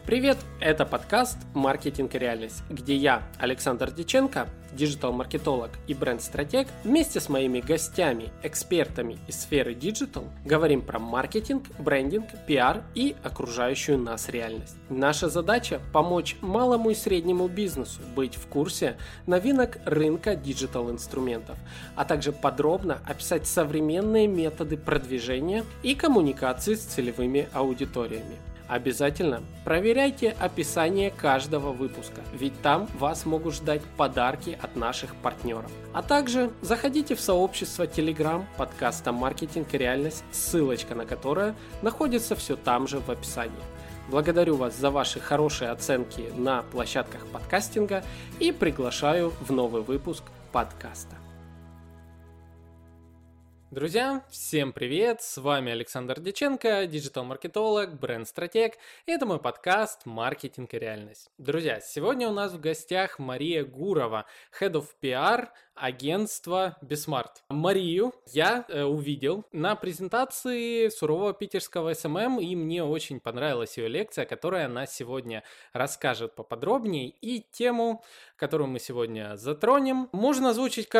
Привет! Это подкаст «Маркетинг и реальность», где я, Александр Дьяченко, диджитал-маркетолог и бренд-стратег, вместе с моими гостями, экспертами из сферы диджитал, говорим про маркетинг, брендинг, пиар и окружающую нас реальность. Наша задача – помочь малому и среднему бизнесу быть в курсе новинок рынка диджитал-инструментов, а также подробно описать современные методы продвижения и коммуникации с целевыми аудиториями. Обязательно проверяйте описание каждого выпуска, ведь там вас могут ждать подарки от наших партнеров. А также заходите в сообщество Telegram подкаста «Маркетинг и реальность», ссылочка на которое находится все там же в описании. Благодарю вас за ваши хорошие оценки на площадках подкастинга и приглашаю в новый выпуск подкаста. Друзья, всем привет! С вами Александр Дьяченко, диджитал-маркетолог, бренд-стратег. И это мой подкаст «Маркетинг и реальность». Друзья, сегодня у нас в гостях Мария Гурова, Head of PR агентства Besmart. Марию я увидел на презентации сурового питерского СММ, и мне очень понравилась ее лекция, которую она сегодня расскажет поподробнее. И тему, которую мы сегодня затронем, можно озвучить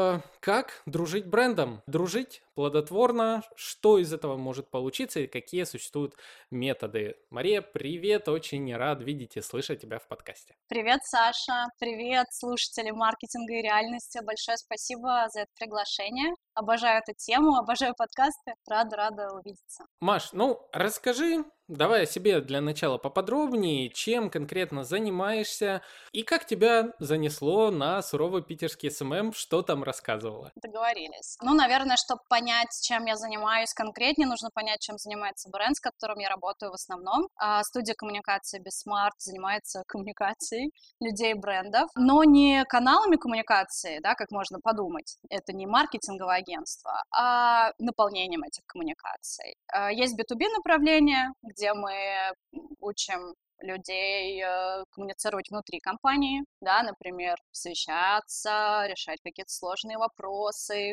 как дружить брендом. Дружить плодотворно, что из этого может получиться и какие существуют методы. Мария, привет, очень рад видеть и слышать тебя в подкасте. Привет, Саша, привет, слушатели маркетинга и реальности. Большое спасибо за это приглашение. Обожаю эту тему, обожаю подкасты. Рада увидеться. Маш, расскажи, давай о себе для начала поподробнее, чем конкретно занимаешься и как тебя занесло на суровый питерский СММ, что там рассказывала? Договорились. Наверное, чтобы понять, чем я занимаюсь конкретнее, нужно понять, чем занимается бренд, с которым я работаю в основном. Студия коммуникации Besmart занимается коммуникацией людей и брендов, но не каналами коммуникации, да, как можно подумать. Это не маркетинговое агентство, а наполнением этих коммуникаций. Есть B2B направление, где мы учим людей коммуницировать внутри компании, да, например, совещаться, решать какие-то сложные вопросы,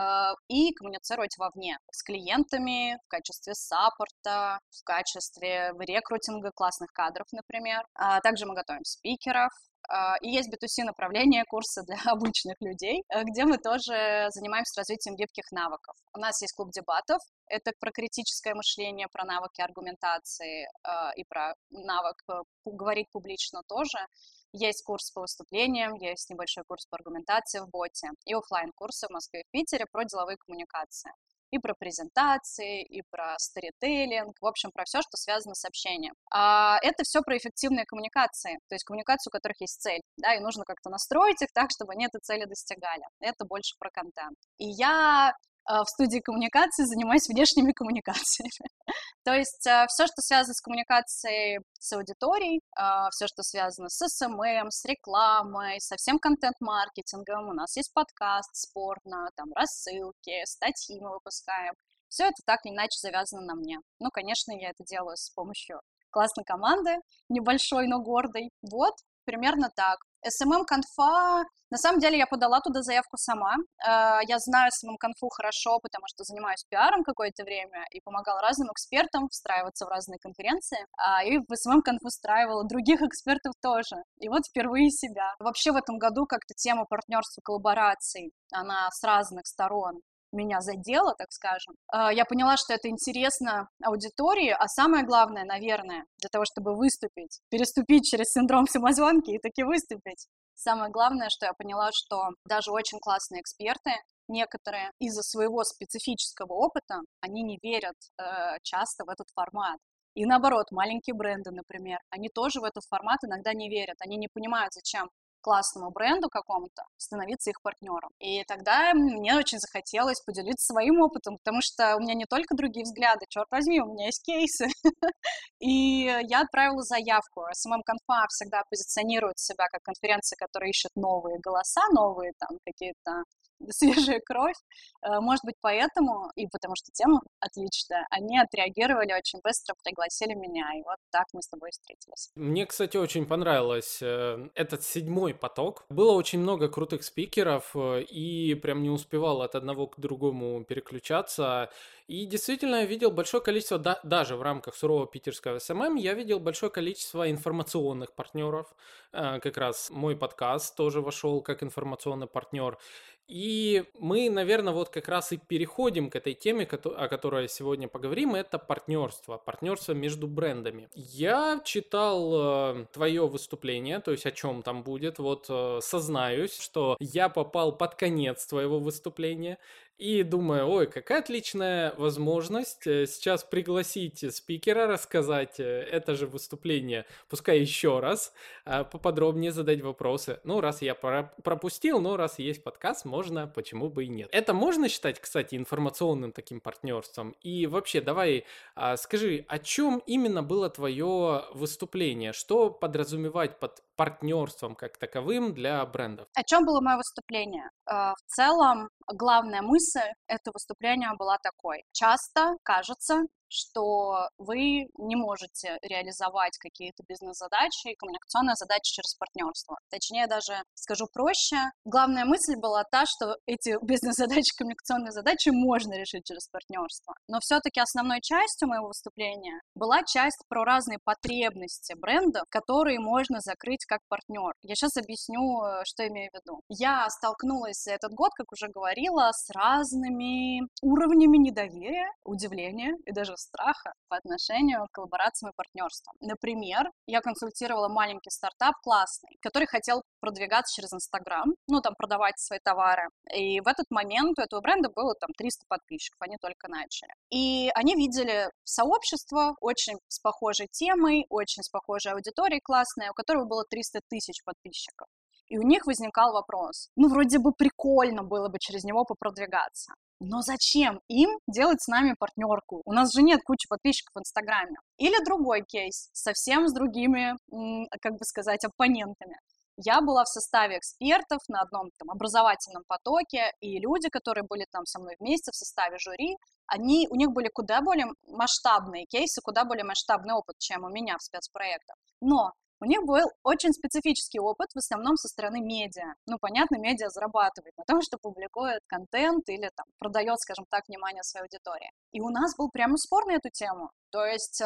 и коммуницировать вовне с клиентами в качестве саппорта, в качестве рекрутинга классных кадров, например. Также мы готовим спикеров. И есть B2C направление, курсы для обычных людей, где мы тоже занимаемся развитием гибких навыков. У нас есть клуб дебатов, это про критическое мышление, про навыки аргументации и про навык говорить публично тоже. Есть курс по выступлениям, есть небольшой курс по аргументации в боте и офлайн-курсы в Москве и в Питере про деловые коммуникации. И про презентации, и про сторителлинг, в общем, про все, что связано с общением. Это все про эффективные коммуникации, то есть коммуникации, у которых есть цель, да, и нужно как-то настроить их так, чтобы они этой цели достигали. Это больше про контент. И я в студии коммуникации занимаюсь внешними коммуникациями. То есть все, что связано с коммуникацией с аудиторией, все, что связано с СММ, с рекламой, со всем контент-маркетингом. У нас есть подкаст спорно, там рассылки, статьи мы выпускаем. Все это так или иначе завязано на мне. Конечно, я это делаю с помощью классной команды, небольшой, но гордой. Вот, примерно так. SMM-конфа, на самом деле я подала туда заявку сама. Я знаю SMM-конфу хорошо, потому что занимаюсь пиаром какое-то время и помогала разным экспертам встраиваться в разные конференции. И в SMM-конфу встраивала других экспертов тоже. И вот впервые себя. Вообще в этом году как-то тема партнерства, коллабораций, она с разных сторон меня задела, так скажем. Я поняла, что это интересно аудитории, а самое главное, наверное, для того, чтобы выступить, переступить через синдром самозванки и таки выступить. Самое главное, что я поняла, что даже очень классные эксперты, некоторые из-за своего специфического опыта, они не верят часто в этот формат. И наоборот, маленькие бренды, например, они тоже в этот формат иногда не верят, они не понимают, зачем классному бренду какому-то становиться их партнером. И тогда мне очень захотелось поделиться своим опытом, потому что у меня не только другие взгляды, черт возьми, у меня есть кейсы. И я отправила заявку. SMM-конфа всегда позиционирует себя как конференция, которая ищет новые голоса, новые там какие-то свежая кровь. Может быть, поэтому, и потому что тема отличная, они отреагировали очень быстро, пригласили меня, и вот так мы с тобой встретились. Мне, кстати, очень понравилось этот 7-й поток. Было очень много крутых спикеров, и прям не успевал от одного к другому переключаться. И действительно, я видел большое количество, даже в рамках сурового питерского СММ, я видел большое количество информационных партнеров. Как раз мой подкаст тоже вошел как информационный партнер. И мы, наверное, вот как раз и переходим к этой теме, о которой сегодня поговорим, это партнерство между брендами. Я читал твое выступление, то есть о чем там будет, вот сознаюсь, что я попал под конец твоего выступления, и думаю, ой, какая отличная возможность сейчас пригласить спикера, рассказать это же выступление, пускай еще раз, поподробнее задать вопросы. Ну, раз я пропустил, но раз есть подкаст, можно, почему бы и нет. Это можно считать, кстати, информационным таким партнерством? И вообще, давай скажи, о чем именно было твое выступление? Что подразумевать под партнерством как таковым для брендов? О чем было мое выступление? В целом, главная мысль этого выступления была такой. Часто кажется, что вы не можете реализовать какие-то бизнес-задачи и коммуникационные задачи через партнерство. Точнее, даже скажу проще. Главная мысль была та, что эти бизнес-задачи, коммуникационные задачи можно решить через партнерство. Но все-таки основной частью моего выступления была часть про разные потребности брендов, которые можно закрыть как партнер. Я сейчас объясню, что имею в виду. Я столкнулась этот год, как уже говорила, с разными уровнями недоверия, удивления и даже страха по отношению к коллаборациям и партнерствам. Например, я консультировала маленький стартап классный, который хотел продвигаться через Инстаграм, ну, там, продавать свои товары. И в этот момент у этого бренда было там 300 подписчиков, они только начали. И они видели сообщество очень с похожей темой, очень с похожей аудиторией классной, у которого было 300 тысяч подписчиков. И у них возникал вопрос, ну, вроде бы прикольно было бы через него попродвигаться. Но зачем им делать с нами партнерку? У нас же нет кучи подписчиков в Инстаграме. Или другой кейс, совсем с другими, как бы сказать, оппонентами. Я была в составе экспертов на одном там образовательном потоке, и люди, которые были там со мной вместе в составе жюри, у них были куда более масштабные кейсы, куда более масштабный опыт, чем у меня в спецпроектах. Но у них был очень специфический опыт, в основном со стороны медиа. Ну, понятно, медиа зарабатывает на том, что публикует контент или там продает, скажем так, внимание своей аудитории. И у нас был прямо спор на эту тему. То есть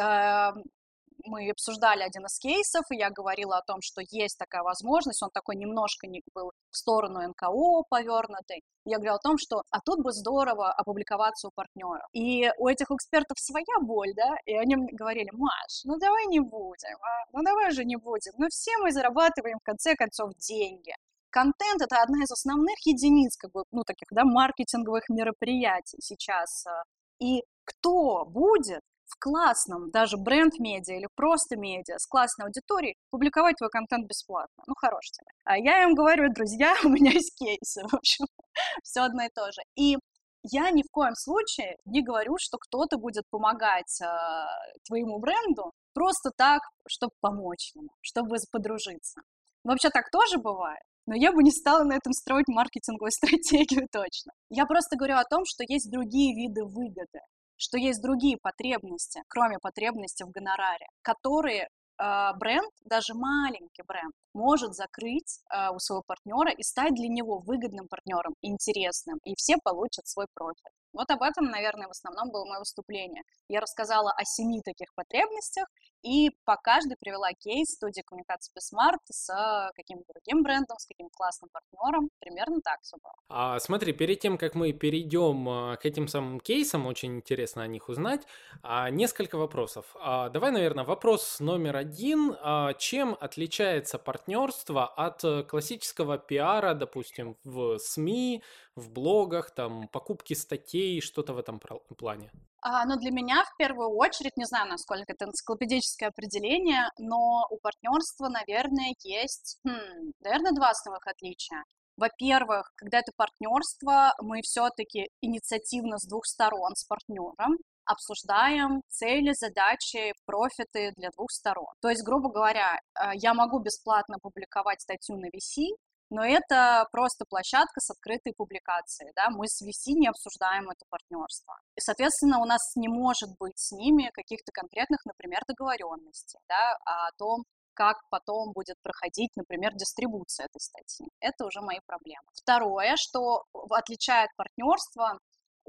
мы обсуждали один из кейсов, и я говорила о том, что есть такая возможность, он такой немножко был в сторону НКО повернутый. Я говорила о том, что тут бы здорово опубликоваться у партнеров. И у этих экспертов своя боль, да, и они мне говорили, Маш, ну давай не будем, ну давай же не будем, ну все мы зарабатываем в конце концов деньги. Контент — это одна из основных единиц, как бы, ну, таких, да, маркетинговых мероприятий сейчас. И кто будет в классном, даже бренд-медиа или просто медиа с классной аудиторией публиковать твой контент бесплатно? Ну, хорош тебе. А я им говорю, друзья, у меня есть кейсы, в общем, все одно и то же. И я ни в коем случае не говорю, что кто-то будет помогать твоему бренду просто так, чтобы помочь ему, чтобы подружиться. Вообще так тоже бывает. Но я бы не стала на этом строить маркетинговую стратегию точно. Я просто говорю о том, что есть другие виды выгоды, что есть другие потребности, кроме потребности в гонораре, которые бренд, даже маленький бренд, может закрыть у своего партнера и стать для него выгодным партнером, интересным, и все получат свой профит. Вот об этом, наверное, в основном было мое выступление. Я рассказала о 7 таких потребностях, и по каждой привела кейс студии коммуникации Bismart с каким-то другим брендом, с каким-то классным партнером. Примерно так все было. Смотри, перед тем, как мы перейдем к этим самым кейсам, очень интересно о них узнать, несколько вопросов. Давай, наверное, вопрос номер 1. Чем отличается партнерство от классического пиара, допустим, в СМИ, в блогах, там, покупки статей, что-то в этом плане? Но для меня в первую очередь, не знаю, насколько это энциклопедическое определение, но у партнерства, наверное, есть, наверное, 2 основных отличия. Во-первых, когда это партнерство, мы все-таки инициативно с 2 сторон с партнером обсуждаем цели, задачи, профиты для 2 сторон. То есть, грубо говоря, я могу бесплатно публиковать статью на VC, но это просто площадка с открытой публикацией, да, мы с VC не обсуждаем это партнерство. И, соответственно, у нас не может быть с ними каких-то конкретных, например, договоренностей, да, о том, как потом будет проходить, например, дистрибуция этой статьи. Это уже мои проблемы. Второе, что отличает партнерство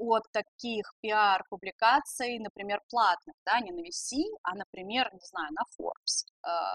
от таких пиар-публикаций, например, платных, да, не на VC, а, например, не знаю, на Forbes,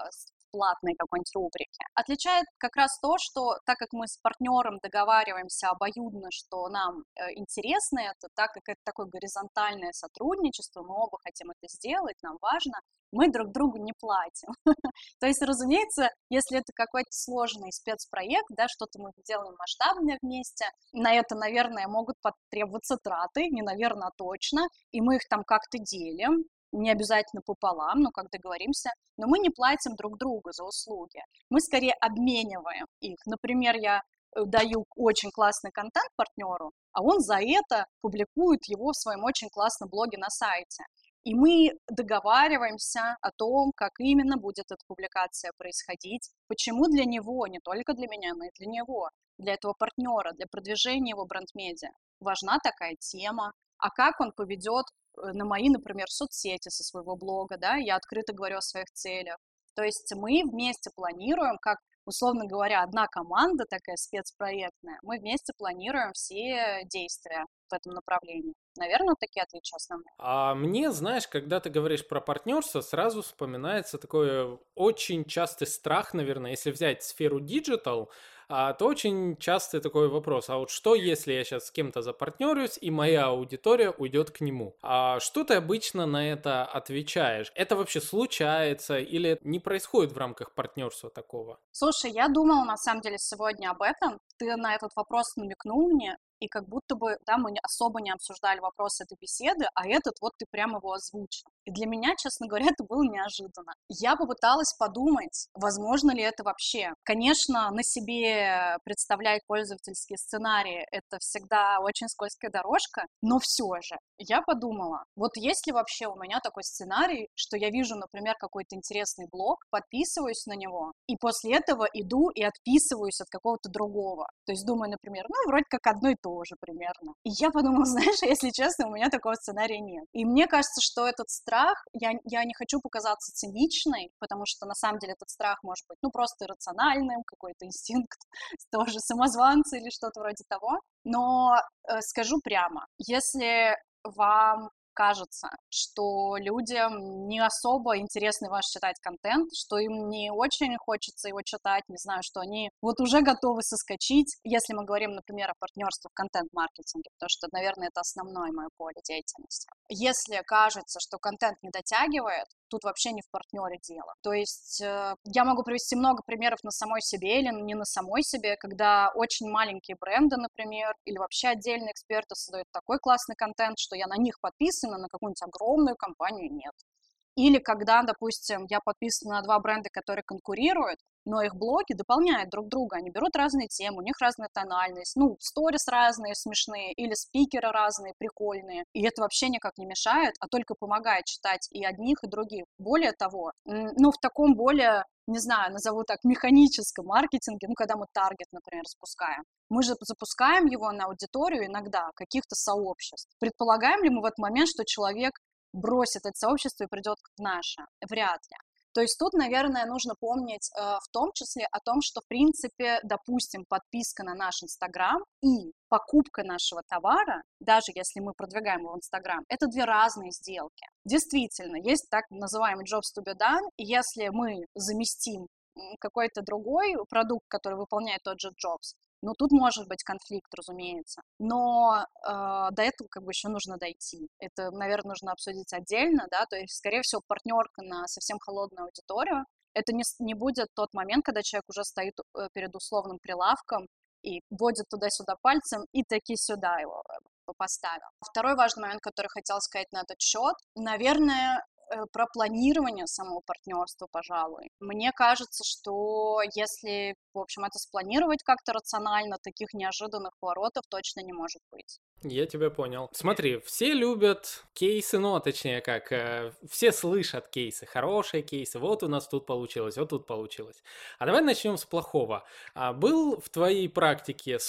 в платной какой-нибудь рубрике. Отличает как раз то, что так как мы с партнером договариваемся обоюдно, что нам интересно это, так как это такое горизонтальное сотрудничество, мы оба хотим это сделать, нам важно, мы друг другу не платим. То есть, разумеется, если это какой-то сложный спецпроект, да, что-то мы делаем масштабное вместе, на это, наверное, могут потребоваться траты, не наверное, а точно, и мы их там как-то делим, не обязательно пополам, но как договоримся, но мы не платим друг другу за услуги, мы скорее обмениваем их. Например, я даю очень классный контент партнеру, а он за это публикует его в своем очень классном блоге на сайте. И мы договариваемся о том, как именно будет эта публикация происходить, почему для него, не только для меня, но и для него, для этого партнера, для продвижения его бренд-медиа важна такая тема, а как он поведет на мои, например, соцсети со своего блога, да, я открыто говорю о своих целях. То есть мы вместе планируем, как, условно говоря, одна команда такая спецпроектная, мы вместе планируем все действия в этом направлении. Наверное, вот такие отличия основные. А мне, знаешь, когда ты говоришь про партнерство, сразу вспоминается такой очень частый страх, наверное, если взять сферу диджитал, то очень частый такой вопрос, а вот что, если я сейчас с кем-то запартнерюсь, и моя аудитория уйдет к нему? А что ты обычно на это отвечаешь? Это вообще случается или не происходит в рамках партнерства такого? Слушай, я думала, на самом деле, сегодня об этом. Ты на этот вопрос намекнул мне, и как будто бы, да, мы особо не обсуждали вопрос этой беседы, а этот вот ты прямо его озвучил. И для меня, честно говоря, это было неожиданно. Я попыталась подумать, возможно ли это вообще. Конечно, на себе представлять пользовательские сценарии — это всегда очень скользкая дорожка, но все же я подумала, вот есть ли вообще у меня такой сценарий, что я вижу, например, какой-то интересный блог, подписываюсь на него, и после этого иду и отписываюсь от какого-то другого. То есть думаю, например, ну, вроде как одно и то же примерно. И я подумала, знаешь, если честно, у меня такого сценария нет. И мне кажется, что этот страх, я не хочу показаться циничной, потому что на самом деле этот страх может быть, ну, просто иррациональным, какой-то инстинкт тоже самозванца или что-то вроде того. Но скажу прямо, если вам кажется, что людям не особо интересный ваш читать контент, что им не очень хочется его читать, не знаю, что они вот уже готовы соскочить, если мы говорим, например, о партнерстве в контент-маркетинге, потому что, наверное, это основное мое поле деятельности. Если кажется, что контент не дотягивает, тут вообще не в партнере дело. То есть я могу привести много примеров на самой себе или не на самой себе, когда очень маленькие бренды, например, или вообще отдельные эксперты создают такой классный контент, что я на них подписана, на какую-нибудь огромную компанию нет. Или когда, допустим, я подписана на два бренда, которые конкурируют, но их блоги дополняют друг друга, они берут разные темы, у них разная тональность, ну, сторис разные, смешные, или спикеры разные, прикольные, и это вообще никак не мешает, а только помогает читать и одних, и других. Более того, ну, в таком более, не знаю, назову так, механическом маркетинге, ну, когда мы таргет, например, запускаем, мы же запускаем его на аудиторию иногда каких-то сообществ. Предполагаем ли мы в этот момент, что человек бросит это сообщество и придет в наше? Вряд ли. То есть тут, наверное, нужно помнить в том числе о том, что, в принципе, допустим, подписка на наш Инстаграм и покупка нашего товара, даже если мы продвигаем его в Инстаграм, это две разные сделки. Действительно, есть так называемый jobs to be done, и если мы заместим какой-то другой продукт, который выполняет тот же jobs, ну, тут может быть конфликт, разумеется, но до этого как бы еще нужно дойти. Это, наверное, нужно обсудить отдельно, да, то есть, скорее всего, партнерка на совсем холодную аудиторию. Это не будет тот момент, когда человек уже стоит перед условным прилавком и вводит туда-сюда пальцем и таки сюда его поставил. Второй важный момент, который хотела сказать на этот счет, наверное, про планирование самого партнерства, пожалуй. Мне кажется, что если, в общем, это спланировать как-то рационально, таких неожиданных поворотов точно не может быть. Я тебя понял. Смотри, все любят кейсы, ну, точнее как, все слышат кейсы, хорошие кейсы, вот у нас тут получилось, вот тут получилось. А давай начнем с плохого. Был в твоей практике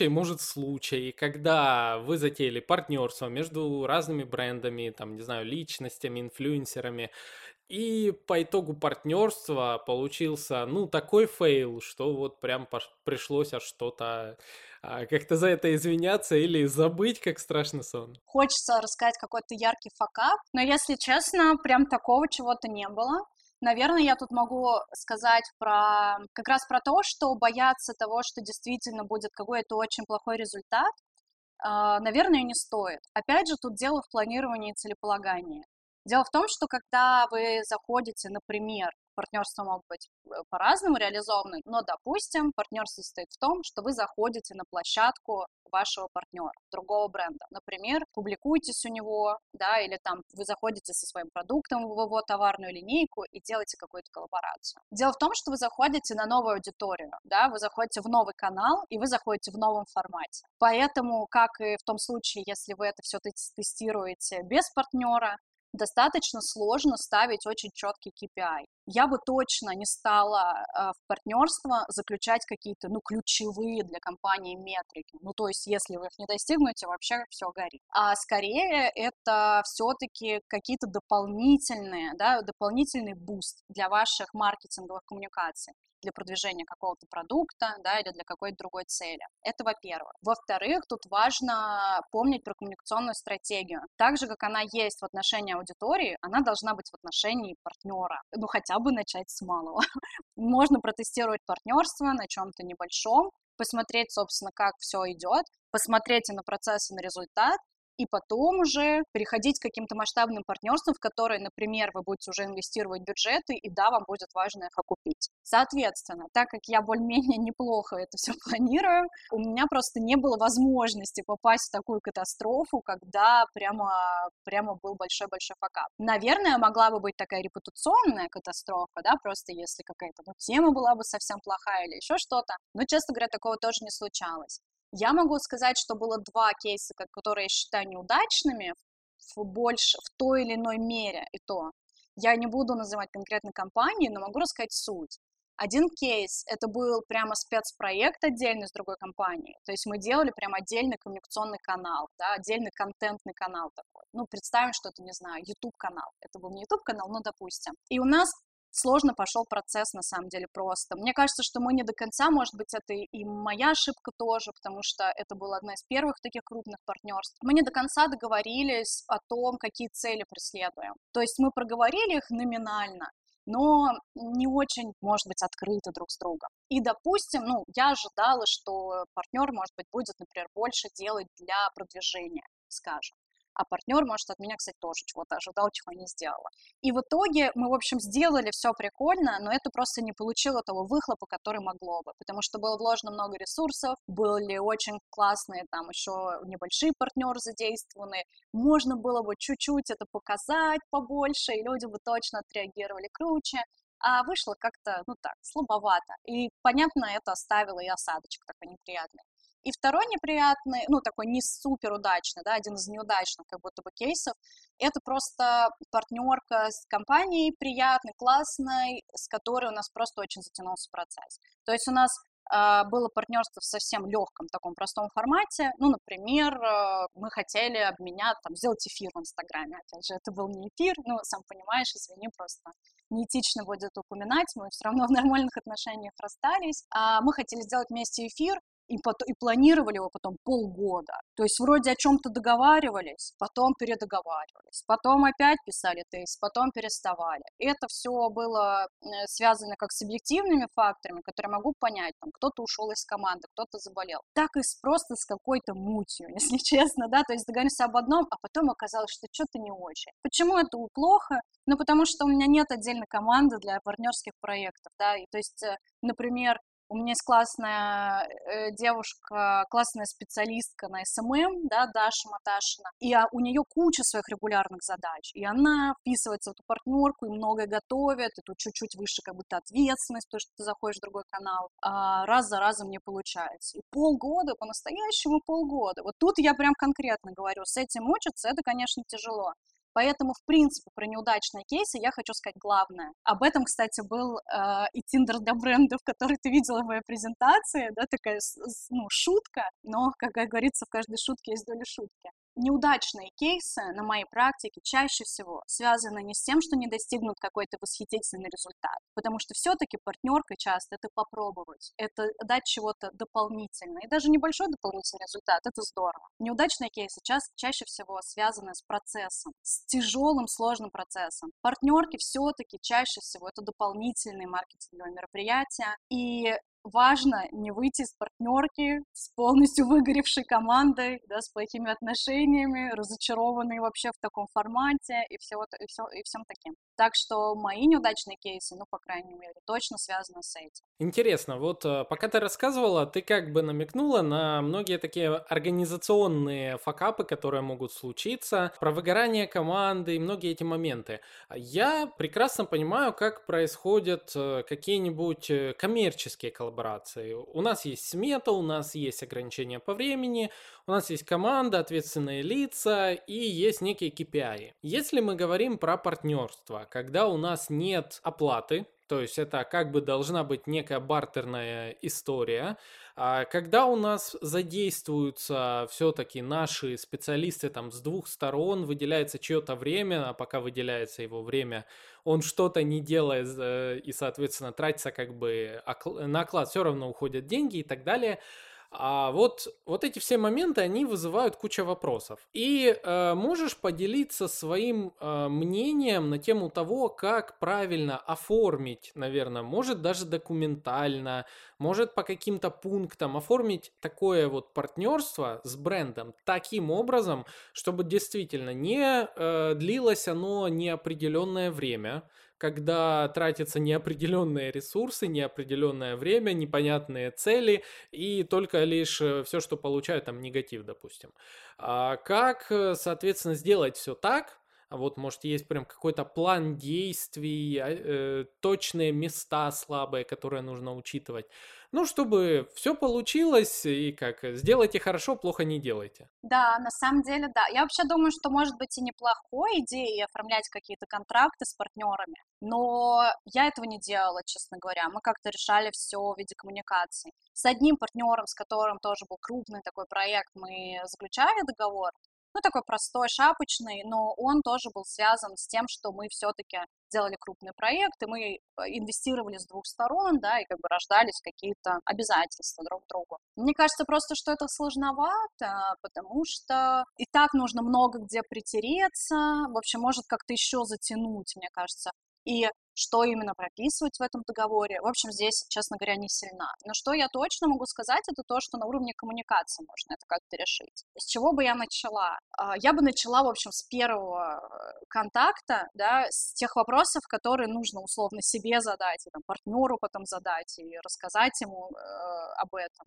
случай, когда вы затеяли партнерство между разными брендами, там, не знаю, личностями, инфлюенсерами, И по итогу партнерства получился, ну, такой фейл, что вот прям пришлось аж что-то как-то за это извиняться или забыть, как страшный сон. Хочется рассказать какой-то яркий факап, но, если честно, прям такого чего-то не было. Наверное, я тут могу сказать как раз про то, что бояться того, что действительно будет какой-то очень плохой результат, наверное, не стоит. Опять же, тут дело в планировании и целеполагании. Дело в том, что когда вы заходите, например, партнерство могут быть по-разному реализованы, но, допустим, партнерство состоит в том, что вы заходите на площадку вашего партнера, другого бренда. Например, публикуетесь у него, да, или там вы заходите со своим продуктом в его товарную линейку и делаете какую-то коллаборацию. Дело в том, что вы заходите на новую аудиторию, да, вы заходите в новый канал, и вы заходите в новом формате. Поэтому, как и в том случае, если вы это все тестируете без партнера, достаточно сложно ставить очень четкий KPI. Я бы точно не стала в партнерство заключать какие-то, ключевые для компании метрики. То есть, если вы их не достигнете, вообще все горит. А скорее это все-таки какие-то дополнительный буст для ваших маркетинговых коммуникаций, для продвижения какого-то продукта, да, или для какой-то другой цели. Это во-первых. Во-вторых, тут важно помнить про коммуникационную стратегию. Так же, как она есть в отношении аудитории, она должна быть в отношении партнера. Хотя бы начать с малого. Можно протестировать партнерство на чем-то небольшом, посмотреть, собственно, как все идет, посмотреть и на процесс, и на результат, и потом уже переходить к каким-то масштабным партнерствам, в которые, например, вы будете уже инвестировать бюджеты, и да, вам будет важно их окупить. Соответственно, так как я более-менее неплохо это все планирую, у меня просто не было возможности попасть в такую катастрофу, когда прямо был большой-большой факап. Наверное, могла бы быть такая репутационная катастрофа, да, просто если какая-то тема была бы совсем плохая или еще что-то, но, честно говоря, такого тоже не случалось. Я могу сказать, что было 2 кейса, которые я считаю неудачными в той или иной мере, и то. Я не буду называть конкретно компании, но могу рассказать суть. Один кейс, это был прямо спецпроект отдельный с другой компанией, то есть мы делали прям отдельный коммуникационный канал, да, отдельный контентный канал такой. Представим, что это, не знаю, YouTube-канал. Это был не YouTube-канал, но допустим. И у нас сложно пошел процесс, на самом деле, просто. Мне кажется, что мы не до конца, может быть, это и моя ошибка тоже, потому что это было одно из первых таких крупных партнерств. Мы не до конца договорились о том, какие цели преследуем. То есть мы проговорили их номинально, но не очень, может быть, открыты друг с другом. И, допустим, я ожидала, что партнер, может быть, будет, например, больше делать для продвижения, скажем. А партнер, может, от меня, кстати, тоже чего-то ожидал, чего не сделала. И в итоге мы, в общем, сделали все прикольно, но это просто не получило того выхлопа, который могло бы, потому что было вложено много ресурсов, были очень классные там еще небольшие партнеры задействованы, можно было бы чуть-чуть это показать побольше, и люди бы точно отреагировали круче, а вышло как-то, слабовато. И, понятно, это оставило и осадочек такой неприятный. И второй неприятный, такой не супер удачный, да, один из неудачных как будто бы кейсов, это просто партнерка с компанией приятной, классной, с которой у нас просто очень затянулся процесс. То есть у нас было партнерство в совсем легком таком простом формате. Например, мы хотели обменять, сделать эфир в Инстаграме. Опять же, это был не эфир, сам понимаешь, извини, просто неэтично будет упоминать, мы все равно в нормальных отношениях расстались. Мы хотели сделать вместе эфир, и планировали его потом полгода. То есть вроде о чем-то договаривались, потом передоговаривались, потом опять писали тест, потом переставали. И это все было связано как с объективными факторами, которые могу понять. Кто-то ушел из команды, кто-то заболел. Так и просто с какой-то мутью, если честно, да, то есть договорились об одном, а потом оказалось, что что-то не очень. Почему это плохо? Потому что у меня нет отдельной команды для партнерских проектов, да, и, то есть, например, у меня есть классная девушка, классная специалистка на СММ, да, Даша Маташина, и у нее куча своих регулярных задач, и она вписывается в эту партнерку, и многое готовит, и тут чуть-чуть выше как будто ответственность, потому что ты заходишь в другой канал, раз за разом не получается. И полгода, по-настоящему полгода. Вот тут я прям конкретно говорю, с этим мучиться, это, конечно, тяжело. Поэтому, в принципе, про неудачные кейсы я хочу сказать главное. Об этом, кстати, был и Tinder для брендов, который ты видела в моей презентации, да, такая, шутка, но, как говорится, в каждой шутке есть доля шутки. неудачные кейсы на моей практике чаще всего связаны не с тем, что не достигнут какой-то восхитительный результат, потому что все-таки партнерка часто это попробовать, это дать чего-то дополнительное, и даже небольшой дополнительный результат, это здорово. Неудачные кейсы чаще всего связаны с процессом, с тяжелым, сложным процессом. Партнерки все-таки чаще всего это дополнительные маркетинговые мероприятия, и важно не выйти из партнерки с полностью выгоревшей командой, да, с плохими отношениями, разочарованной вообще в таком формате и всем таким. Так что мои неудачные кейсы, ну, по крайней мере, точно связаны с этим. Интересно, вот пока ты рассказывала, ты как бы намекнула на многие такие организационные факапы, которые могут случиться, про выгорание команды и многие эти моменты. Я прекрасно понимаю, как происходят какие-нибудь коммерческие коллаборации. У нас есть смета, у нас есть ограничения по времени, у нас есть команда, ответственные лица и есть некие KPI. Если мы говорим про партнерство, когда у нас нет оплаты, то есть это как бы должна быть некая бартерная история. Когда у нас задействуются все-таки наши специалисты там с двух сторон, выделяется чье-то время, а пока выделяется его время, он что-то не делает и, соответственно, тратится как бы на оклад, все равно уходят деньги и так далее. Вот эти все моменты, они вызывают кучу вопросов. И можешь поделиться своим мнением на тему того, как правильно оформить, наверное, может даже документально, может по каким-то пунктам оформить такое вот партнерство с брендом таким образом, чтобы действительно не длилось оно неопределенное время, когда тратятся неопределенные ресурсы, неопределенное время, непонятные цели, и только лишь все, что получают, там негатив, допустим. Как, соответственно, сделать все так? Вот, может, есть прям какой-то план действий, точные места слабые, которые нужно учитывать. Ну, чтобы все получилось, и как, сделайте хорошо, плохо не делайте. Да, на самом деле, да. Я вообще думаю, что может быть и неплохой идеей оформлять какие-то контракты с партнерами, но я этого не делала, честно говоря. Мы как-то решали все в виде коммуникаций. С одним партнером, с которым тоже был крупный такой проект, мы заключали договор, ну, такой простой, шапочный, но он тоже был связан с тем, что мы все-таки делали крупный проект, и мы инвестировали с двух сторон, да, и как бы рождались какие-то обязательства друг к другу. Мне кажется просто, что это сложновато, потому что и так нужно много где притереться, в общем, может как-то еще затянуть, мне кажется. И что именно прописывать в этом договоре, в общем, здесь, честно говоря, не сильна. Но что я точно могу сказать, это то, что на уровне коммуникации можно это как-то решить. С чего бы я начала? Я бы начала, в общем, с первого контакта, да, с тех вопросов, которые нужно условно себе задать, и там, партнеру потом задать, и рассказать ему об этом,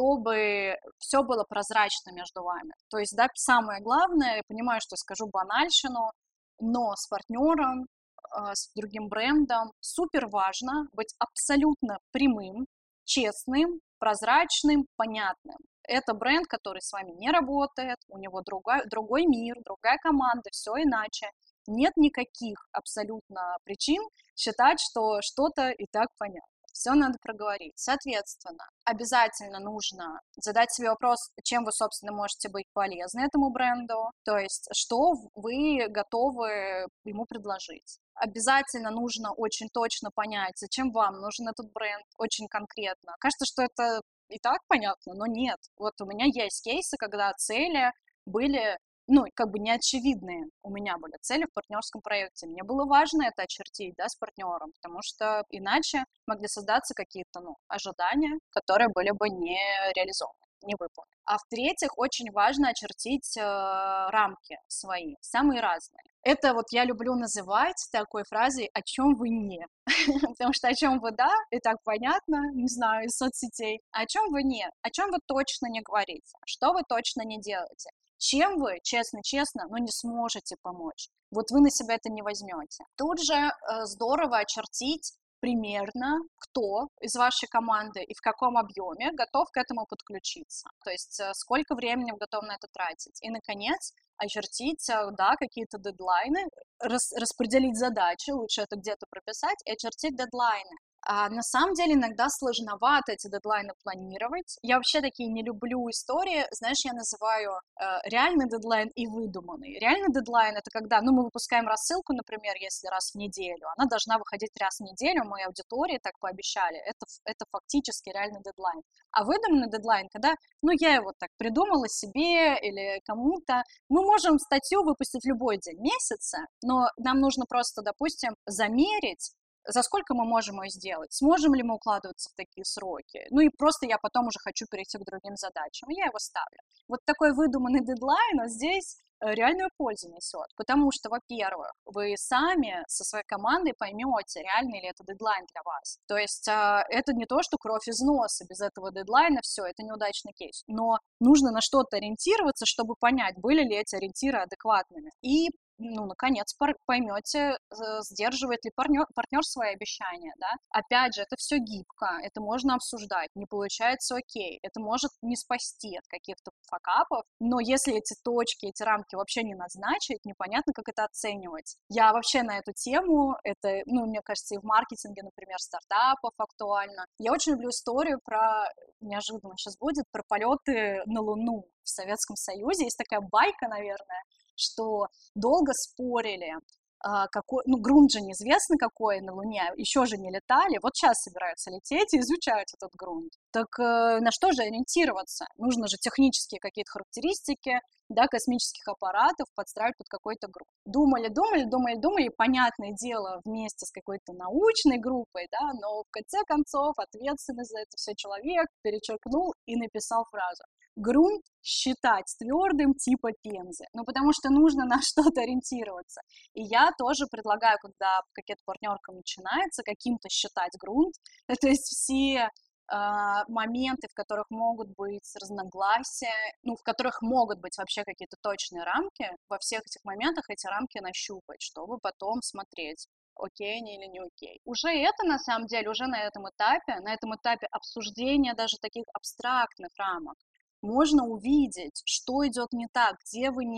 чтобы все было прозрачно между вами. То есть, да, самое главное, я понимаю, что скажу банальщину, но с партнером, с другим брендом супер важно быть абсолютно прямым, честным, прозрачным, понятным. Это бренд, который с вами не работает, у него другой мир, другая команда, все иначе. Нет никаких абсолютно причин считать, что что-то и так понятно. Все надо проговорить. Соответственно, обязательно нужно задать себе вопрос, чем вы, собственно, можете быть полезны этому бренду, то есть что вы готовы ему предложить. Обязательно нужно очень точно понять, зачем вам нужен этот бренд, очень конкретно. Кажется, что это и так понятно, но нет. Вот у меня есть кейсы, когда цели были, ну, как бы неочевидные у меня были цели в партнерском проекте. Мне было важно это очертить, да, с партнером, потому что иначе могли создаться какие-то, ну, ожидания, которые были бы не реализованы, не выполнены. А в-третьих, очень важно очертить рамки свои, самые разные. Это вот я люблю называть такой фразой «о чем вы не». Потому что о чем вы да, и так понятно, не знаю, из соцсетей. А о чем вы нет, о чем вы точно не говорите, что вы точно не делаете. Чем вы, честно, но не сможете помочь. Вот вы на себя это не возьмете. Тут же здорово очертить примерно, кто из вашей команды и в каком объеме готов к этому подключиться. То есть сколько времени вы готовы на это тратить. И, наконец, очертить, да, какие-то дедлайны, распределить задачи, лучше это где-то прописать, и очертить дедлайны. На самом деле иногда сложновато эти дедлайны планировать. Я вообще такие не люблю истории. Знаешь, я называю реальный дедлайн и выдуманный. Реальный дедлайн — это когда, ну, мы выпускаем рассылку, например, если раз в неделю. Она должна выходить раз в неделю, мы аудитории так пообещали. Это фактически реальный дедлайн. А выдуманный дедлайн, когда, ну, я его так придумала себе или кому-то. Мы можем статью выпустить любой день месяца, но нам нужно просто, допустим, замерить, за сколько мы можем ее сделать, сможем ли мы укладываться в такие сроки. Ну и просто я потом уже хочу перейти к другим задачам, и я его ставлю. Вот такой выдуманный дедлайн, он здесь реальную пользу несет, потому что, во-первых, вы сами со своей командой поймете, реальный ли это дедлайн для вас. То есть это не то, что кровь из носа, без этого дедлайна все, это неудачный кейс. Но нужно на что-то ориентироваться, чтобы понять, были ли эти ориентиры адекватными. И ну, наконец, поймете, сдерживает ли партнер свои обещания, да. Опять же, это все гибко, это можно обсуждать, не получается — окей, это может не спасти от каких-то факапов, но если эти точки, эти рамки вообще не назначить, непонятно, как это оценивать. Я вообще на эту тему, это, ну, мне кажется, и в маркетинге, например, стартапов актуально. Я очень люблю историю про, неожиданно сейчас будет, про полеты на Луну в Советском Союзе. Есть такая байка, наверное, что долго спорили, какой, ну, грунт же неизвестно какой на Луне, еще же не летали, вот сейчас собираются лететь и изучать этот грунт. Так на что же ориентироваться? Нужно же технические какие-то характеристики, да, космических аппаратов подстраивать под какой-то грунт. Думали, и, понятное дело, вместе с какой-то научной группой, да, но в конце концов ответственный за это все человек перечеркнул и написал фразу: грунт считать твердым типа Пензы. Ну, потому что нужно на что-то ориентироваться. И я тоже предлагаю, когда какая-то партнерка начинается, каким-то считать грунт. То есть все моменты, в которых могут быть разногласия, ну, в которых могут быть вообще какие-то точные рамки, во всех этих моментах эти рамки нащупать, чтобы потом смотреть, окей они или не окей. Уже это, на самом деле, уже на этом этапе обсуждения даже таких абстрактных рамок, можно увидеть, что идет не так, где вы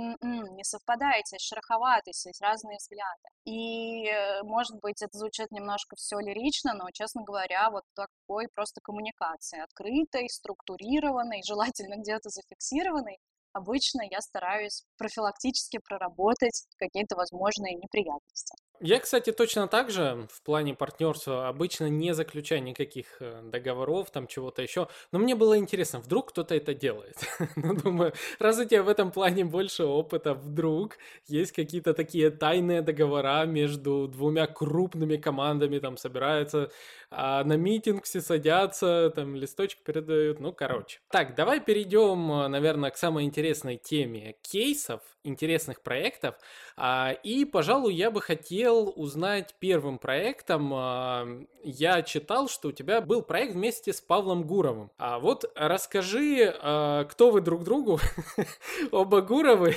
не совпадаете, шероховатости, есть разные взгляды. И, может быть, это звучит немножко все лирично, но, честно говоря, вот такой просто коммуникации, открытой, структурированной, желательно где-то зафиксированной, обычно я стараюсь профилактически проработать какие-то возможные неприятности. Я, кстати, точно так же в плане партнерства обычно не заключаю никаких договоров, там чего-то еще. Но мне было интересно, вдруг кто-то это делает. Ну, думаю, раз у тебя в этом плане больше опыта, вдруг есть какие-то такие тайные договора между двумя крупными командами, там собираются на митинг, все садятся, там листочек передают. Ну, короче. Так, давай перейдем, наверное, к самой интересной теме кейсов, интересных проектов. И, пожалуй, я бы хотел узнать первым проектом. Я читал, что у тебя был проект вместе с Павлом Гуровым. А вот расскажи, кто вы друг другу, оба Гуровы,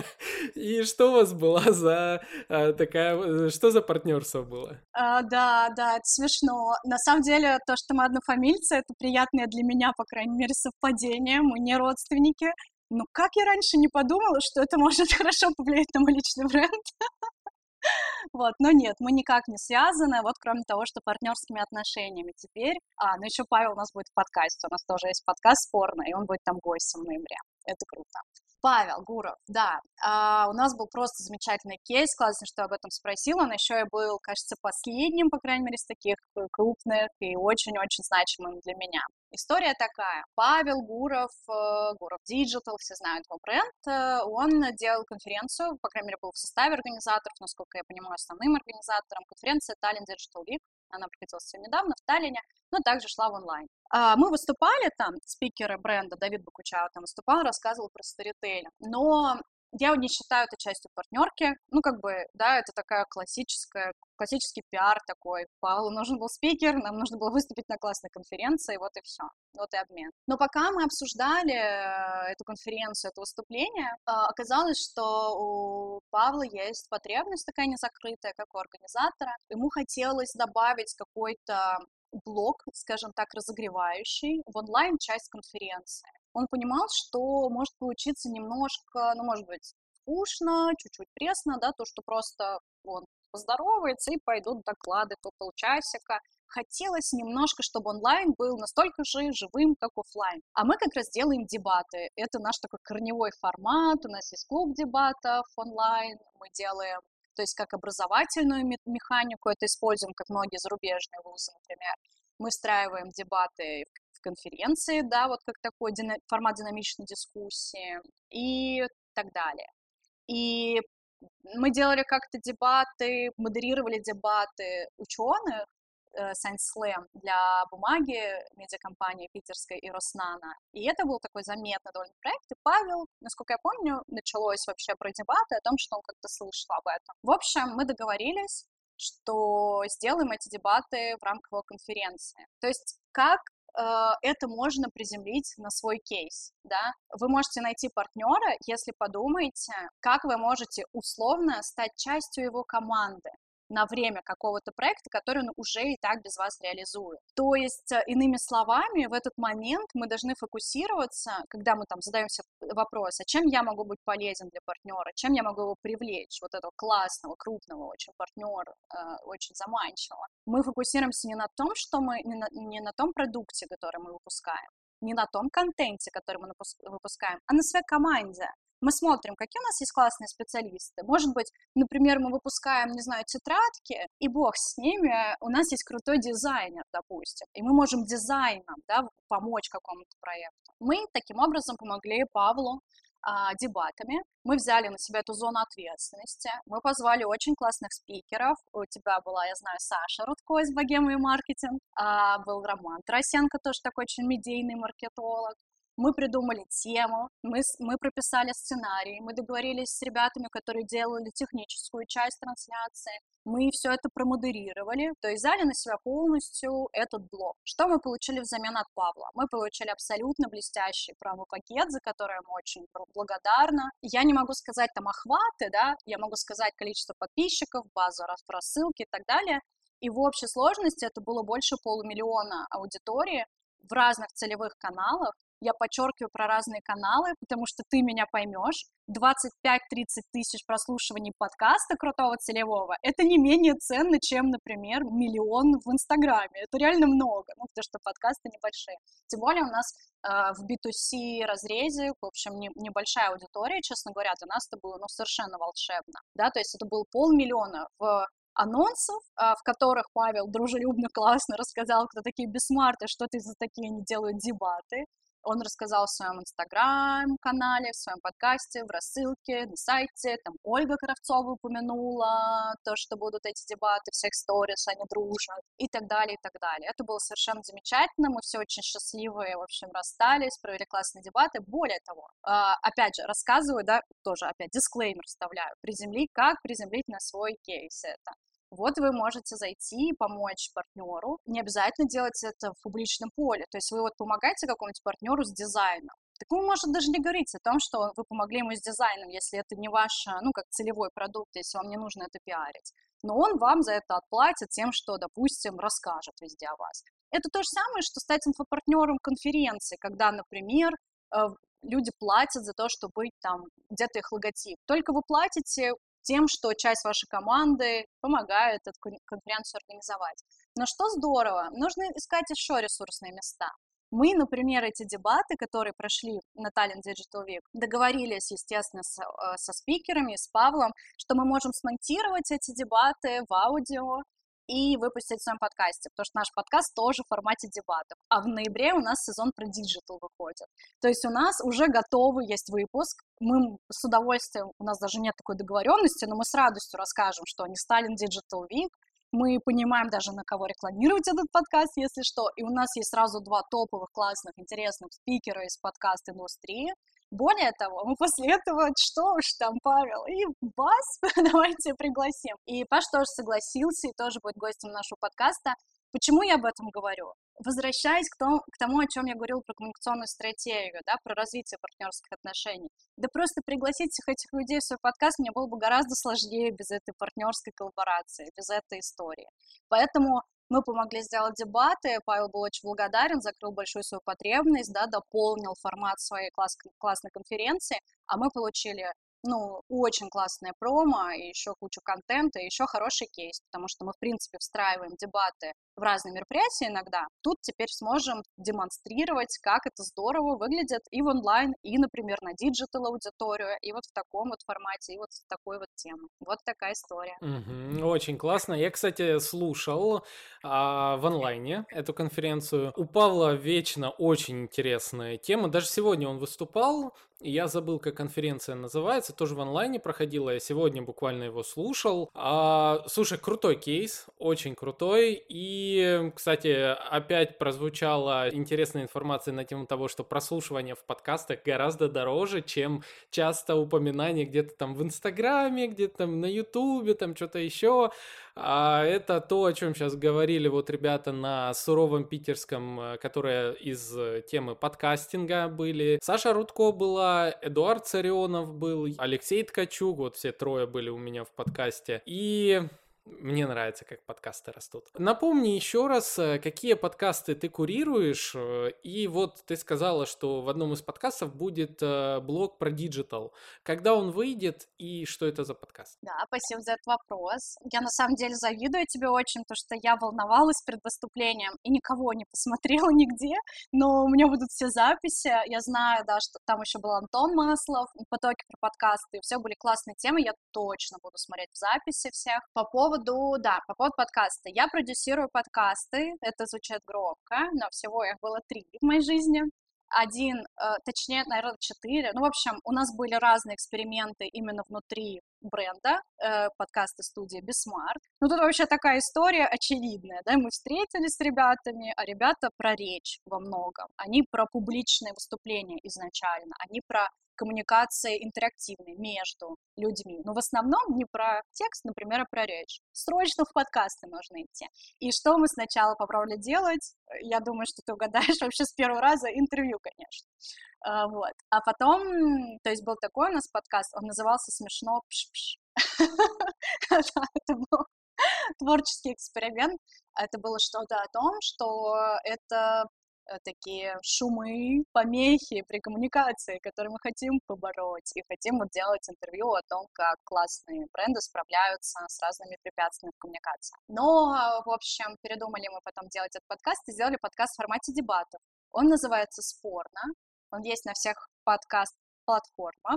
и что у вас была за такая, что за партнерство было? Да, это смешно. На самом деле, то, что мы однофамильцы, это приятное для меня, по крайней мере, совпадение. Мы не родственники. Но как я раньше не подумала, что это может хорошо повлиять на мой личный бренд. Вот, но нет, мы никак не связаны, вот кроме того, что партнерскими отношениями теперь. Ну еще Павел у нас будет в подкасте, у нас тоже есть подкаст «Спорно», и он будет там гостем в ноябре. Это круто. Павел Гуров, да, у нас был просто замечательный кейс, классно, что об этом спросил, он еще и был, кажется, последним, по крайней мере, из таких крупных и очень-очень значимым для меня. История такая, Павел Гуров, Гуров Digital, все знают его бренд, он делал конференцию, по крайней мере, был в составе организаторов, насколько я понимаю, основным организатором конференции Tallinn Digital Week, она проходила совсем недавно в Таллине, но также шла в онлайн. Мы выступали там, спикеры бренда, Давид Бакучао там выступал, рассказывал про сторителлинг, но я не считаю это частью партнерки, ну, как бы, да, это такая классический пиар такой. Павлу нужен был спикер, нам нужно было выступить на классной конференции, вот и все, вот и обмен. Но пока мы обсуждали эту конференцию, это выступление, оказалось, что у Павла есть потребность такая незакрытая, как у организатора. Ему хотелось добавить какой-то блок, скажем так, разогревающий в онлайн-часть конференции. Он понимал, что может получиться немножко, ну, может быть, скучно, чуть-чуть пресно, да, то, что просто он поздоровается и пойдут доклады по полчасика, хотелось немножко, чтобы онлайн был настолько же живым, как офлайн. А мы как раз делаем дебаты. Это наш такой корневой формат. У нас есть клуб дебатов онлайн. Мы делаем, то есть как образовательную механику, это используем, как многие зарубежные вузы, например. Мы встраиваем дебаты в конференции, да, вот как такой формат динамичной дискуссии и так далее. И мы делали как-то дебаты, модерировали дебаты ученых, Science Slam для бумаги медиакомпании питерской и Роснана. И это был такой заметный довольно проект. И Павел, насколько я помню, началось вообще про дебаты, о том, что он как-то слышал об этом. В общем, мы договорились, что сделаем эти дебаты в рамках его конференции. То есть как это можно приземлить на свой кейс, да? Вы можете найти партнера, если подумаете, как вы можете условно стать частью его команды на время какого-то проекта, который он уже и так без вас реализует. То есть, иными словами, в этот момент мы должны фокусироваться, когда мы там задаемся вопрос, а чем я могу быть полезен для партнера, чем я могу его привлечь, вот этого классного, крупного очень партнера, очень заманчивого. Мы фокусируемся не на том, что мы, не на том продукте, который мы выпускаем, не на том контенте, который мы выпускаем, а на своей команде. Мы смотрим, какие у нас есть классные специалисты. Может быть, например, мы выпускаем, не знаю, тетрадки, и бог с ними, у нас есть крутой дизайнер, допустим, и мы можем дизайном, да, помочь какому-то проекту. Мы таким образом помогли Павлу дебатами. Мы взяли на себя эту зону ответственности. Мы позвали очень классных спикеров. У тебя была, я знаю, Саша Рудко из «Богемы и маркетинг», был Роман Тарасенко, тоже такой очень медийный маркетолог. Мы придумали тему, мы прописали сценарий, мы договорились с ребятами, которые делали техническую часть трансляции, мы все это промодерировали, то есть взяли на себя полностью этот блок. Что мы получили взамен от Павла? Мы получили абсолютно блестящий промо-пакет, за который я ему очень благодарна. Я не могу сказать там охваты, да, я могу сказать количество подписчиков, базу рассылки и так далее. И в общей сложности это было больше 500 000 аудитории в разных целевых каналах. Я подчеркиваю про разные каналы, потому что ты меня поймешь. 25-30 тысяч прослушиваний подкаста крутого целевого — это не менее ценно, чем, например, 1 миллион в Инстаграме. Это реально много, ну, потому что подкасты небольшие. Тем более у нас в B2C разрезе, в общем, небольшая аудитория, честно говоря, для нас это было, ну, совершенно волшебно, да, то есть это было 500 000 в анонсов, в которых Павел дружелюбно, классно рассказал, кто такие бессмарты, что это за такие они делают дебаты. Он рассказал в своем Инстаграм-канале, в своем подкасте, в рассылке, на сайте. Там Ольга Кравцова упомянула то, что будут эти дебаты, всех сторис, они дружат, и так далее, и так далее. Это было совершенно замечательно, мы все очень счастливые, в общем, расстались, провели классные дебаты. Более того, опять же, рассказываю, да, тоже опять дисклеймер вставляю, как приземлить на свой кейс это. Вот вы можете зайти и помочь партнеру. Не обязательно делать это в публичном поле. То есть вы вот помогаете какому-нибудь партнеру с дизайном. Так вы, может, даже не говорите о том, что вы помогли ему с дизайном, если это не ваш, ну, как целевой продукт, если вам не нужно это пиарить. Но он вам за это отплатит тем, что, допустим, расскажет везде о вас. Это то же самое, что стать инфопартнером конференции, когда, например, люди платят за то, чтобы быть там, где-то их логотип. Только вы платите тем, что часть вашей команды помогает эту конференцию организовать. Но что здорово, нужно искать еще ресурсные места. Мы, например, эти дебаты, которые прошли на Tallinn Digital Week, договорились, естественно, со спикерами, с Павлом, что мы можем смонтировать эти дебаты в аудио и выпустить в своем подкасте, потому что наш подкаст тоже в формате дебатов. А в ноябре у нас сезон про диджитал выходит. То есть у нас уже готовый есть выпуск. Мы с удовольствием, у нас даже нет такой договоренности, но мы с радостью расскажем, что не Tallinn Digital Week. Мы понимаем даже, на кого рекламировать этот подкаст, если что. И у нас есть сразу 2 топовых, классных, интересных спикера из подкаст-индустрии. Более того, мы после этого, что уж там, Павел, и вас давайте пригласим. И Паш тоже согласился и тоже будет гостем нашего подкаста. Почему я об этом говорю? Возвращаясь к тому, о чем я говорила про коммуникационную стратегию, да, про развитие партнерских отношений. Да просто пригласить всех этих людей в свой подкаст мне было бы гораздо сложнее без этой партнерской коллаборации, без этой истории. Поэтому мы помогли сделать дебаты, Павел был очень благодарен, закрыл большую свою потребность, да, дополнил формат своей классной конференции, а мы получили, ну, очень классное промо, и еще кучу контента, и еще хороший кейс, потому что мы, в принципе, встраиваем дебаты в разные мероприятия иногда, тут теперь сможем демонстрировать, как это здорово выглядит и в онлайн, и, например, на диджитал-аудиторию, и вот в таком вот формате, и вот в такой вот теме. Вот такая история. Очень классно. Я, кстати, слушал в онлайне эту конференцию. У Павла вечно очень интересная тема. Даже сегодня он выступал, и я забыл, как конференция называется. Тоже в онлайне проходила. Я сегодня буквально его слушал. Слушай, крутой кейс, очень крутой. И, кстати, опять прозвучала интересная информация на тему того, что прослушивание в подкастах гораздо дороже, чем часто упоминание где-то там в Инстаграме, где-то там на Ютубе, там что-то еще. Это то, о чем сейчас говорили вот ребята на суровом питерском, которые из темы подкастинга были. Саша Рудко была, Эдуард Царионов был, Алексей Ткачук, вот все трое были у меня в подкасте. И мне нравится, как подкасты растут. Напомни еще раз, какие подкасты ты курируешь. И вот ты сказала, что в одном из подкастов будет блог про диджитал. Когда он выйдет и что это за подкаст? Да, спасибо за этот вопрос. Я на самом деле завидую тебе очень, потому что я волновалась перед выступлением и никого не посмотрела нигде, но у меня будут все записи. Я знаю, да, что там еще был Антон Маслов, потоки про подкасты, все были классные темы, я точно буду смотреть в записи всех. По поводу подкаста. Я продюсирую подкасты, это звучит громко, но всего их было 3 в моей жизни. Точнее, наверное, 4. Ну, в общем, у нас были разные эксперименты именно внутри бренда, подкасты студии Бисмарт. Ну, тут вообще такая история очевидная, да, мы встретились с ребятами, а ребята про речь во многом. Они про публичные выступления изначально, они про коммуникации интерактивные между людьми, но в основном не про текст, например, а про речь. Срочно в подкасты нужно идти. И что мы сначала попробовали делать? Я думаю, что ты угадаешь вообще с первого раза интервью, конечно. Вот. А потом, то есть был такой у нас подкаст, он назывался «Смешно пш-пш». Это был творческий эксперимент. Это было что-то о том, что это такие шумы, помехи при коммуникации, которые мы хотим побороть, и хотим вот делать интервью о том, как классные бренды справляются с разными препятствиями в коммуникации. Но, в общем, передумали мы потом делать этот подкаст и сделали подкаст в формате дебатов. Он называется «Спорно», он есть на всех подкаст-платформах.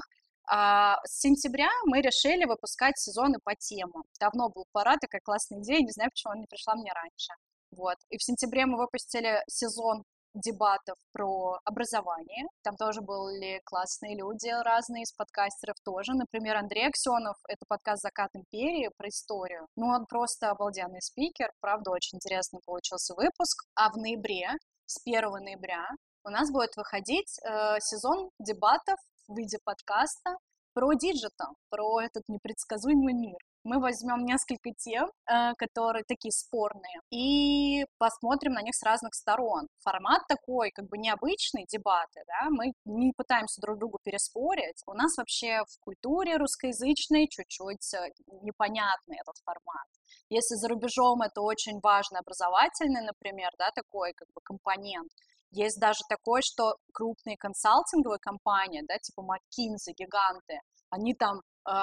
С сентября мы решили выпускать сезоны по темам. Давно был пора, такая классная идея, не знаю, почему она не пришла мне раньше. Вот. И в сентябре мы выпустили сезон дебатов про образование. Там тоже были классные люди разные из подкастеров тоже. Например, Андрей Аксенов, это подкаст «Закат империи» про историю. Ну, он просто обалденный спикер, правда, очень интересный получился выпуск. А в ноябре, с 1 ноября, у нас будет выходить сезон дебатов в виде подкаста про диджитал, про этот непредсказуемый мир. Мы возьмем несколько тем, которые такие спорные, и посмотрим на них с разных сторон. Формат такой, как бы необычный, дебаты, да, мы не пытаемся друг другу переспорить. У нас вообще в культуре русскоязычной чуть-чуть непонятный этот формат. Если за рубежом это очень важно, образовательный, например, да, такой как бы компонент, есть даже такое, что крупные консалтинговые компании, да, типа McKinsey, гиганты, они там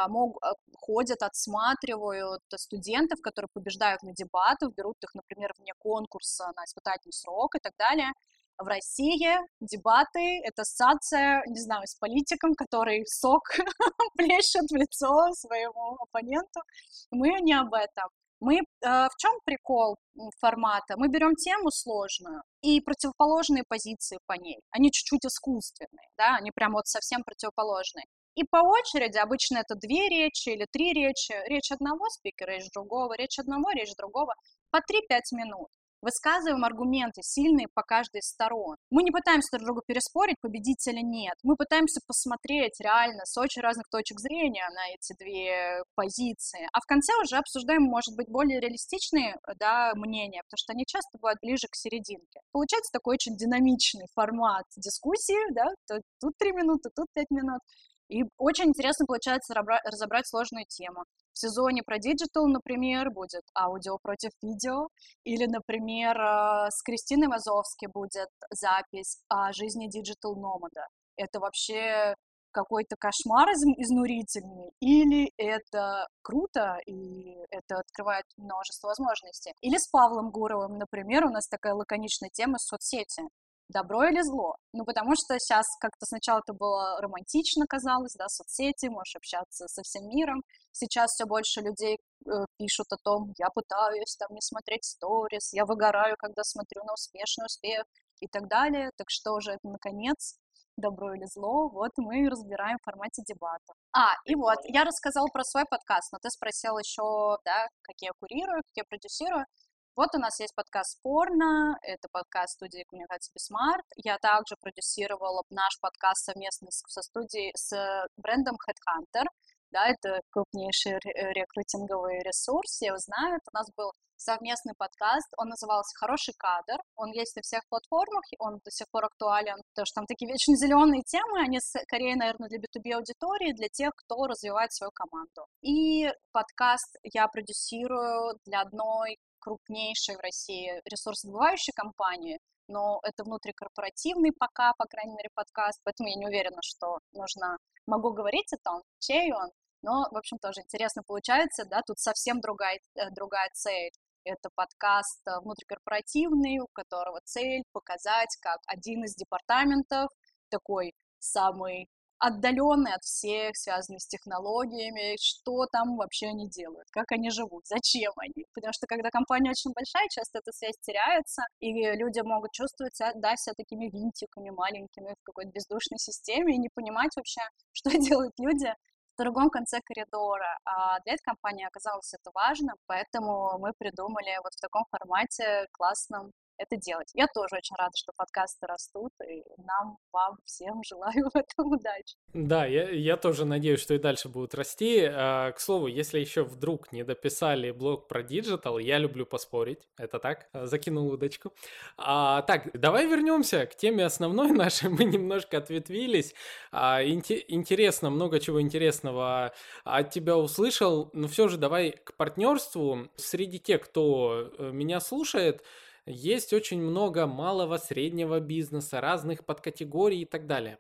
ходят, отсматривают студентов, которые побеждают на дебатах, берут их, например, вне конкурса на испытательный срок и так далее. В России дебаты — это ассоциация, не знаю, с политиком, который сок плещет в лицо своему оппоненту. Мы не об этом. В чем прикол формата? Мы берем тему сложную и противоположные позиции по ней. Они чуть-чуть искусственные, да, они прям вот совсем противоположные. И по очереди, обычно это 2 речи или 3 речи, речь одного спикера, речь другого, речь одного, речь другого, по 3-5 минут. Высказываем аргументы сильные по каждой из сторон. Мы не пытаемся друг друга переспорить, победить или нет. Мы пытаемся посмотреть реально с очень разных точек зрения на эти 2 позиции. А в конце уже обсуждаем, может быть, более реалистичные, да, мнения, потому что они часто бывают ближе к серединке. Получается такой очень динамичный формат дискуссии, да, тут 3 минуты, тут 5 минут. И очень интересно получается разобрать сложную тему. В сезоне про диджитал, например, будет аудио против видео, или, например, с Кристиной Вазовски будет запись о жизни диджитал-номада. Это вообще какой-то кошмар изнурительный, или это круто, и это открывает множество возможностей. Или с Павлом Гуровым, например, у нас такая лаконичная тема соцсети. Добро или зло? Ну, потому что сейчас как-то сначала это было романтично, казалось, да, соцсети, можешь общаться со всем миром. Сейчас все больше людей пишут о том, я пытаюсь там не смотреть сторис, я выгораю, когда смотрю на успешный успех и так далее. Так что же это, наконец, добро или зло? Вот мы и разбираем в формате дебатов. И вот, я рассказала про свой подкаст, но ты спросил еще, да, как я курирую, как я продюсирую. Вот у нас есть подкаст «Порно», это подкаст студии коммуникации Бисмарт. Я также продюсировала наш подкаст совместно со студией, с брендом Headhunter. Да, это крупнейший рекрутинговый ресурс, я его знаю. Это у нас был совместный подкаст, он назывался «Хороший кадр». Он есть на всех платформах, он до сих пор актуален, потому что там такие вечно зеленые темы, они скорее, наверное, для B2B аудитории, для тех, кто развивает свою команду. И подкаст я продюсирую для одной крупнейшей в России ресурсодобывающей компании, но это внутрикорпоративный пока, по крайней мере, подкаст, поэтому я не уверена, что могу говорить о том, чей он, но, в общем, тоже интересно получается, да, тут совсем другая цель. Это подкаст внутрикорпоративный, у которого цель показать, как один из департаментов, такой самый отдаленный от всех, связанный с технологиями, что там вообще они делают, как они живут, зачем они. Потому что когда компания очень большая, часто эта связь теряется, и люди могут чувствовать себя такими винтиками маленькими в какой-то бездушной системе и не понимать вообще, что делают люди в другом конце коридора. А для этой компании оказалось это важно, поэтому мы придумали вот в таком формате классном это делать. Я тоже очень рада, что подкасты растут, и вам всем желаю в этом удачи. Да, я тоже надеюсь, что и дальше будут расти. К слову, если еще вдруг не дописали блог про диджитал, я люблю поспорить. Это так, закинул удочку. Так, давай вернемся к теме основной нашей. Мы немножко ответвились. Интересно, много чего интересного от тебя услышал. Но все же давай к партнерству. Среди тех, кто меня слушает, есть очень много малого, среднего бизнеса, разных подкатегорий и так далее.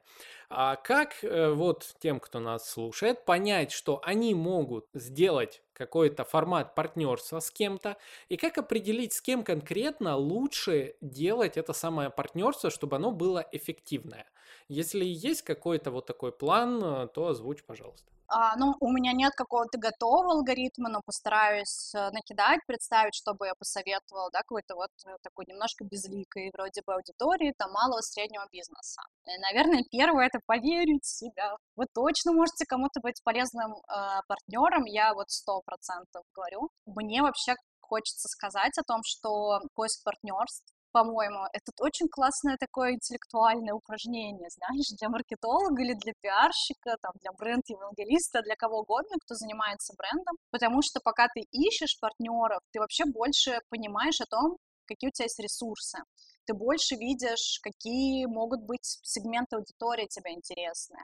Как вот тем, кто нас слушает, понять, что они могут сделать какой-то формат партнерства с кем-то, и как определить, с кем конкретно лучше делать это самое партнерство, чтобы оно было эффективное? Если есть какой-то вот такой план, то озвучь, пожалуйста. У меня нет какого-то готового алгоритма, но постараюсь накидать, представить, что бы я посоветовала, да, какой-то вот такой немножко безликой вроде бы аудитории, там, малого среднего бизнеса. И, наверное, первое — это поверить в себя. Вы точно можете кому-то быть полезным партнером, я вот 100% говорю. Мне вообще хочется сказать о том, что поиск партнерств, по-моему, это очень классное такое интеллектуальное упражнение, знаешь, для маркетолога или для пиарщика, там, для бренд-евангелиста, для кого угодно, кто занимается брендом, потому что пока ты ищешь партнеров, ты вообще больше понимаешь о том, какие у тебя есть ресурсы, ты больше видишь, какие могут быть сегменты аудитории тебе интересны,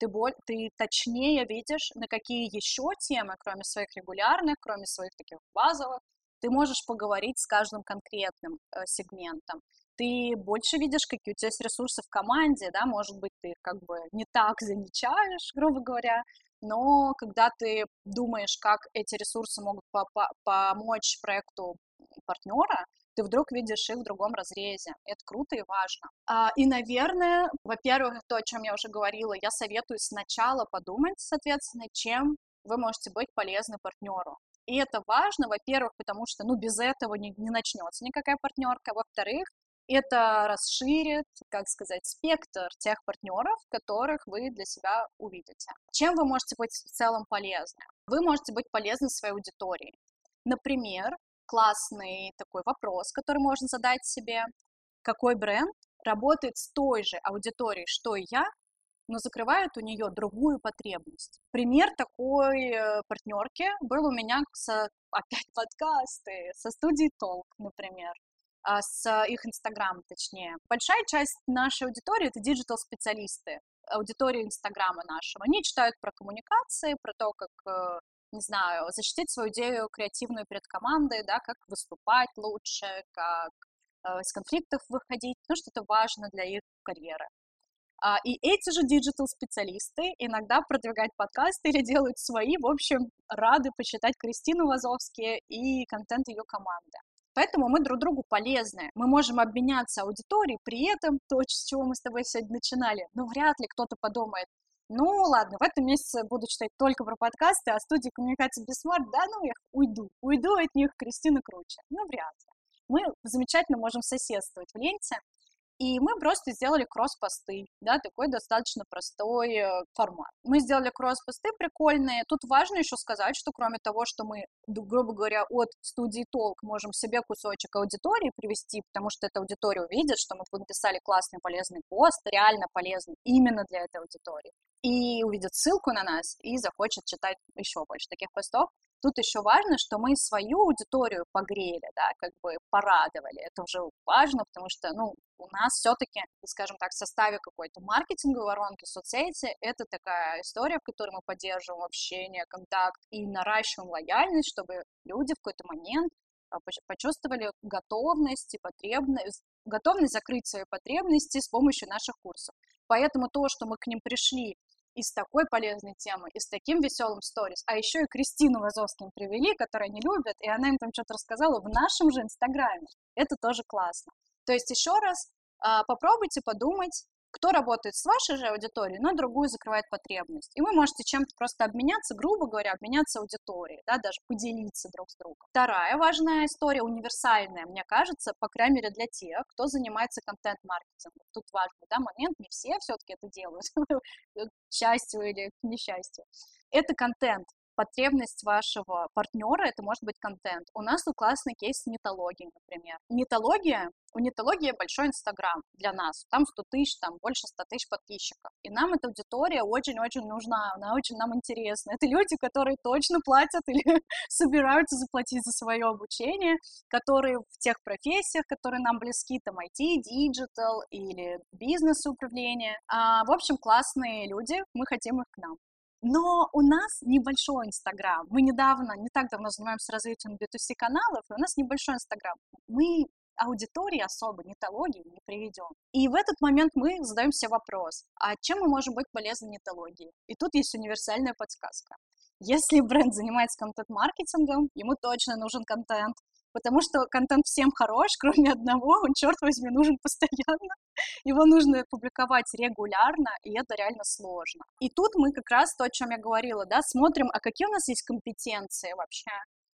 ты точнее видишь, на какие еще темы, кроме своих регулярных, кроме своих таких базовых, ты можешь поговорить с каждым конкретным сегментом. Ты больше видишь, какие у тебя есть ресурсы в команде, да, может быть, ты их как бы не так замечаешь, грубо говоря, но когда ты думаешь, как эти ресурсы могут помочь проекту партнера, ты вдруг видишь их в другом разрезе. Это круто и важно. И, наверное, во-первых, то, о чем я уже говорила, я советую сначала подумать, соответственно, чем вы можете быть полезны партнеру. И это важно, во-первых, потому что, без этого не начнется никакая партнерка. Во-вторых, это расширит, как сказать, спектр тех партнеров, которых вы для себя увидите. Чем вы можете быть в целом полезны? Вы можете быть полезны своей аудитории. Например, классный такой вопрос, который можно задать себе: какой бренд работает с той же аудиторией, что и я, но закрывает у нее другую потребность. Пример такой партнерки был у меня опять подкасты со студией Толк, например, с их Инстаграм, точнее. Большая часть нашей аудитории — это диджитал-специалисты, аудитория Инстаграма нашего. Они читают про коммуникации, про то, как, не знаю, защитить свою идею креативную перед командой, да, как выступать лучше, как из конфликтов выходить, потому что это важно для их карьеры. И эти же диджитал-специалисты иногда продвигают подкасты или делают свои. В общем, рады почитать Кристину Вазовски и контент ее команды. Поэтому мы друг другу полезны. Мы можем обменяться аудиторией, при этом то, с чего мы с тобой сегодня начинали. Ну, вряд ли кто-то подумает, ну, ладно, в этом месяце буду читать только про подкасты, а студии коммуникации без смарт, да, ну, я уйду от них, Кристина круче. Ну, вряд ли. Мы замечательно можем соседствовать в ленте, и мы просто сделали кросс-посты, да, такой достаточно простой формат. Мы сделали кросс-посты прикольные. Тут важно еще сказать, что кроме того, что мы, грубо говоря, от студии Толк можем себе кусочек аудитории привести, потому что эта аудитория увидит, что мы написали классный полезный пост, реально полезный именно для этой аудитории, и увидит ссылку на нас и захочет читать еще больше таких постов. Тут еще важно, что мы свою аудиторию погрели, да, как бы порадовали. Это уже важно, потому что, ну, у нас все-таки, скажем так, в составе какой-то маркетинговой воронки, соцсети, это такая история, в которой мы поддерживаем общение, контакт и наращиваем лояльность, чтобы люди в какой-то момент почувствовали готовность и готовность закрыть свои потребности с помощью наших курсов. Поэтому то, что мы к ним пришли и с такой полезной темой, и с таким веселым сторис, а еще и Кристину Вазовским привели, которую они любят, и она им там что-то рассказала в нашем же Инстаграме. Это тоже классно. То есть еще раз попробуйте подумать, кто работает с вашей же аудиторией, но другую закрывает потребность. И вы можете чем-то просто обменяться, грубо говоря, обменяться аудиторией, да, даже поделиться друг с другом. Вторая важная история, универсальная, мне кажется, по крайней мере для тех, кто занимается контент-маркетингом. Тут важный, да, момент, не все все-таки это делают, к счастью или к несчастью. Это контент. Потребность вашего партнера, это может быть контент. У нас тут классный кейс с нетологией, например. У нетологии большой Инстаграм для нас. Там 100 тысяч, там больше 100 тысяч подписчиков. И нам эта аудитория очень-очень нужна, она очень нам интересна. Это люди, которые точно платят или собираются заплатить за свое обучение, которые в тех профессиях, которые нам близки, там IT, диджитал или бизнес-управление. В общем, классные люди, мы хотим их к нам. Но у нас небольшой Инстаграм. Мы не так давно занимаемся развитием B2C-каналов, и у нас небольшой Инстаграм. Мы аудитории особо, нетологии не приведем. И в этот момент мы задаем себе вопрос, а чем мы можем быть полезны нетологии? И тут есть универсальная подсказка. Если бренд занимается контент-маркетингом, ему точно нужен контент, потому что контент всем хорош, кроме одного, он, черт возьми, нужен постоянно. Его нужно публиковать регулярно, и это реально сложно. И тут мы как раз то, о чем я говорила, да, смотрим, а какие у нас есть компетенции вообще.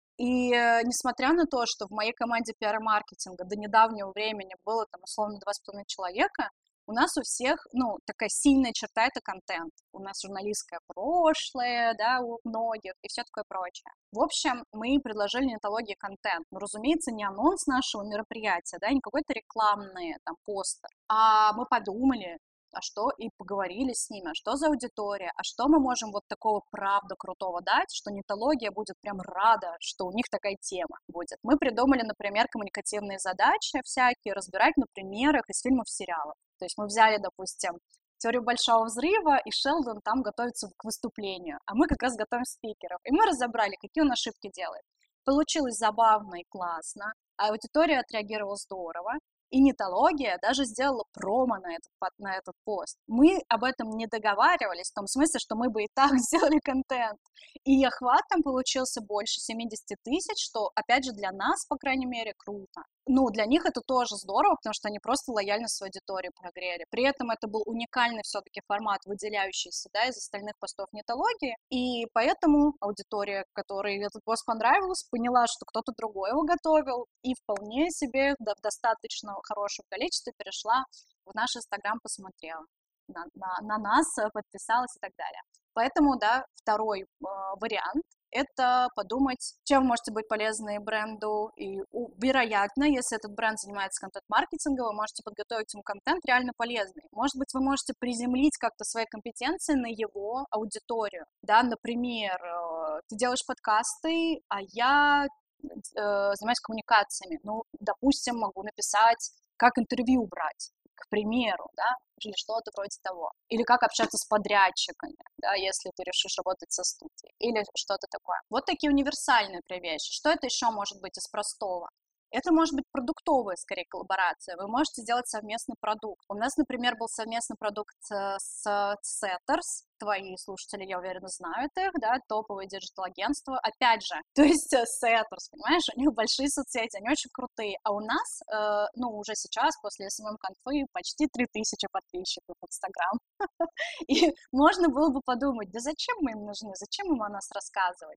И несмотря на то, что в моей команде пиар-маркетинга до недавнего времени было там условно 2,5 человека, у нас у всех, ну, такая сильная черта — это контент. У нас журналистское прошлое, да, у многих, и все такое прочее. В общем, мы предложили нетологии контент. Но, разумеется, не анонс нашего мероприятия, да, не какой-то рекламный там постер, а мы подумали, а что, и поговорили с ними, а что за аудитория, а что мы можем вот такого правда крутого дать, что нетология будет прям рада, что у них такая тема будет. Мы придумали, например, коммуникативные задачи всякие, разбирать на примерах из фильмов, сериалов. То есть мы взяли, допустим, «Теорию большого взрыва», и Шелдон там готовится к выступлению, а мы как раз готовим спикеров. И мы разобрали, какие он ошибки делает. Получилось забавно и классно, а аудитория отреагировала здорово. И нетология даже сделала промо на этот пост. Мы об этом не договаривались, в том смысле, что мы бы и так сделали контент. И охват там получился больше 70 тысяч, что, опять же, для нас, по крайней мере, круто. Ну, для них это тоже здорово, потому что они просто лояльно свою аудиторию прогрели. При этом это был уникальный все-таки формат, выделяющийся, да, из остальных постов нетологии. И поэтому аудитория, которой этот пост понравился, поняла, что кто-то другой его готовил, и вполне себе в достаточно хорошем количестве перешла в наш Инстаграм, посмотрела на нас, подписалась и так далее. Поэтому, да, второй вариант — это подумать, чем вы можете быть полезны бренду. И, вероятно, если этот бренд занимается контент-маркетингом, вы можете подготовить ему контент реально полезный. Может быть, вы можете приземлить как-то свои компетенции на его аудиторию. Да, например, ты делаешь подкасты, а я занимаюсь коммуникациями. Ну, допустим, могу написать, как интервью брать, к примеру, да, или что-то вроде того. Или как общаться с подрядчиками, да, если ты решишь работать со студией, или что-то такое. Вот такие универсальные вещи. Что это еще может быть из простого? Это может быть продуктовая, скорее, коллаборация. Вы можете сделать совместный продукт. У нас, например, был совместный продукт с Setters. Твои слушатели, я уверена, знают их, да, топовые диджитал-агентства. Опять же, то есть Setters, понимаешь, у них большие соцсети, они очень крутые. А у нас, уже сейчас, после SMM-конфы, почти 3000 подписчиков в Instagram. И можно было бы подумать, да зачем мы им нужны, зачем им о нас рассказывать?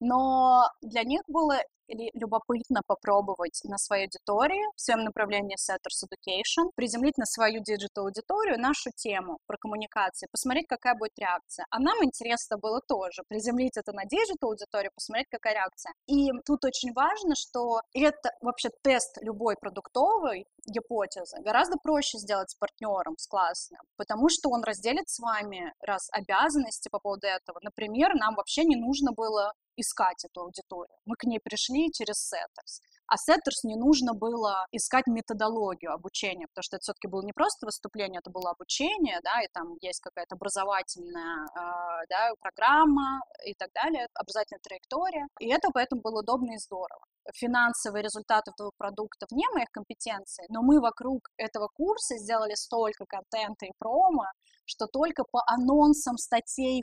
Но для них было любопытно попробовать на своей аудитории, в своем направлении Setters Education, приземлить на свою диджитал-аудиторию нашу тему про коммуникации, посмотреть, какая будет реакция. А нам интересно было тоже приземлить это на диджитал-аудиторию, посмотреть, какая реакция. И тут очень важно, что это вообще тест любой продуктовой гипотезы гораздо проще сделать с партнером, с классным, потому что он разделит с вами обязанности по поводу этого. Например, нам вообще не нужно было искать эту аудиторию. Мы к ней пришли через Setters. А Setters не нужно было искать методологию обучения, потому что это все-таки было не просто выступление, это было обучение, да, и там есть какая-то образовательная программа и так далее, образовательная траектория. И это поэтому было удобно и здорово. Финансовые результаты этого продукта вне моих компетенций, но мы вокруг этого курса сделали столько контента и промо, что только по анонсам статей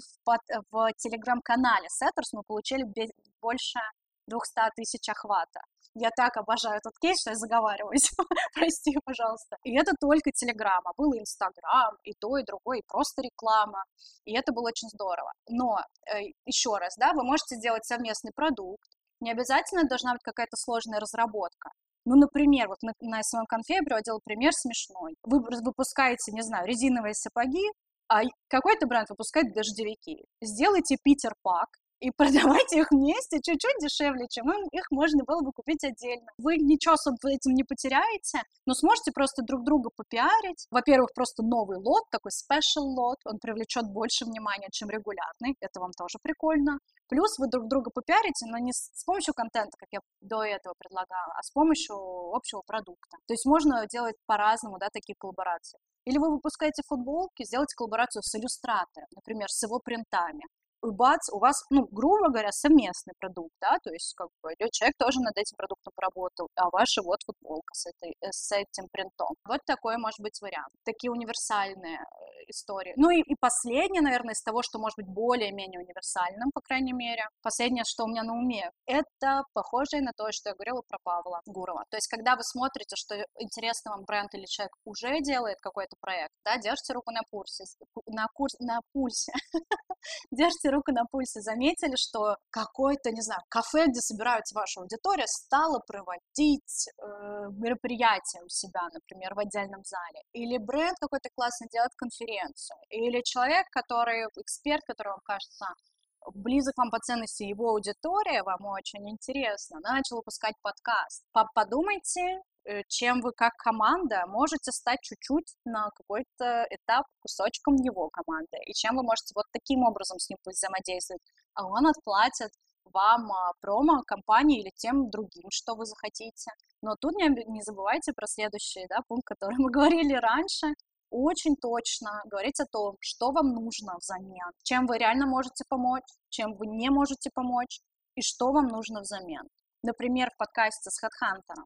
в телеграм-канале Setters мы получили больше 200 тысяч охвата. Я так обожаю этот кейс, что я заговариваюсь. Прости, пожалуйста. И это только Телеграм, был Инстаграм, и то, и другое, и просто реклама. И это было очень здорово. Но, еще раз, да, вы можете сделать совместный продукт. Не обязательно должна быть какая-то сложная разработка. Ну, например, вот на своем конфе я приводила пример смешной. Вы выпускаете, не знаю, резиновые сапоги, а какой-то бренд выпускает дождевики. Сделайте Питер-пак и продавайте их вместе чуть-чуть дешевле, чем их можно было бы купить отдельно. Вы ничего особо этим не потеряете, но сможете просто друг друга попиарить. Во-первых, просто новый лот, такой special лот, он привлечет больше внимания, чем регулярный, это вам тоже прикольно. Плюс вы друг друга попиарите, но не с помощью контента, как я до этого предлагала, а с помощью общего продукта. То есть можно делать по-разному, да, такие коллаборации. Или вы выпускаете футболки, сделайте коллаборацию с иллюстратором, например, с его принтами. И бац, у вас, грубо говоря, совместный продукт, да, то есть как бы человек тоже над этим продуктом поработал, а ваша вот футболка с этим принтом. Вот такой может быть вариант. Такие универсальные истории. Ну и последнее, наверное, из того, что может быть более-менее универсальным, по крайней мере, последнее, что у меня на уме, это похожее на то, что я говорила про Павла Гурова. То есть когда вы смотрите, что интересный вам бренд или человек уже делает какой-то проект, да, держите руку на пульсе, держите руку на пульсе, заметили, что какое-то, не знаю, кафе, где собираются ваша аудитория, стало проводить мероприятия у себя, например, в отдельном зале. Или бренд какой-то классный делает конференцию. Или человек, эксперт, который вам кажется близок вам по ценности, его аудитория вам очень интересна, начал выпускать подкаст. Подумайте, чем вы как команда можете стать чуть-чуть на какой-то этап кусочком его команды, и чем вы можете вот таким образом с ним взаимодействовать, а он отплатит вам промо-компании или тем другим, что вы захотите. Но тут не забывайте про следующий, да, пункт, который мы говорили раньше. Очень точно говорить о том, что вам нужно взамен, чем вы реально можете помочь, чем вы не можете помочь, и что вам нужно взамен. Например, в подкасте с HeadHunter,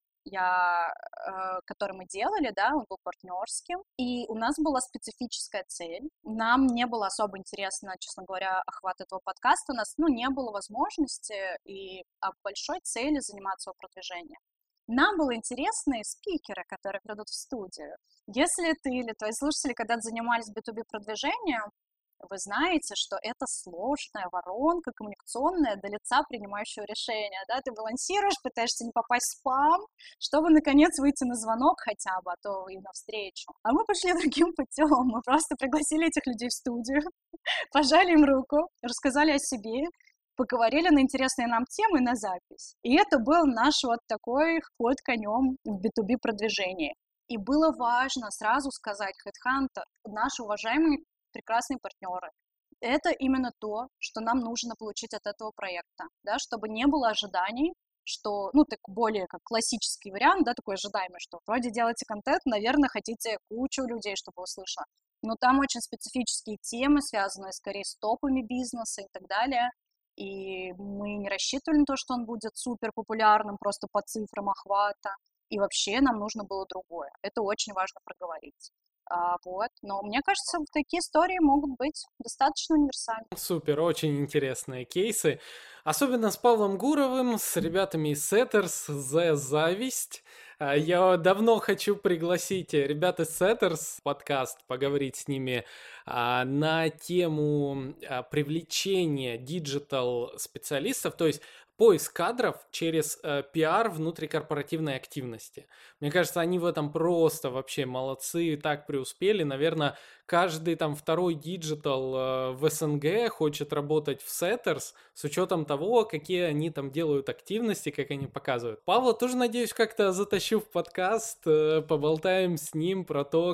который мы делали, да, он был партнерским, и у нас была специфическая цель. Нам не было особо интересно, честно говоря, охват этого подкаста, у нас, не было возможности и большой цели заниматься его продвижением. Нам было интересны спикеры, которые придут в студию. Если ты или твои слушатели когда-то занимались B2B продвижением, вы знаете, что это сложная воронка коммуникационная до лица принимающего решения. Да? Ты балансируешь, пытаешься не попасть в спам, чтобы, наконец, выйти на звонок хотя бы, а то и на встречу. А мы пошли другим путем. Мы просто пригласили этих людей в студию, пожали им руку, рассказали о себе, поговорили на интересные нам темы на запись. И это был наш вот такой ход конем в B2B продвижении. И было важно сразу сказать, HeadHunter, наши уважаемые прекрасные партнеры, это именно то, что нам нужно получить от этого проекта, да, чтобы не было ожиданий, что, так более как классический вариант, да, такой ожидаемый, что вроде делаете контент, наверное, хотите кучу людей, чтобы услышала. Но там очень специфические темы, связанные скорее с топами бизнеса и так далее. и мы не рассчитывали на то, что он будет супер популярным просто по цифрам охвата, и вообще нам нужно было другое. Это очень важно проговорить. Вот. Но мне кажется, вот такие истории могут быть достаточно универсальны. Супер, очень интересные кейсы. Особенно с Павлом Гуровым, с ребятами из Setters, The Зависть. Я давно хочу пригласить ребят из Setters в подкаст, поговорить с ними на тему привлечения диджитал-специалистов, то есть поиск кадров через пиар внутрикорпоративной активности. Мне кажется, они в этом просто вообще молодцы, так преуспели. Наверное, каждый там второй диджитал в СНГ хочет работать в Setters с учетом того, какие они там делают активности, как они показывают. Павла тоже, надеюсь, как-то затащу в подкаст, поболтаем с ним про то,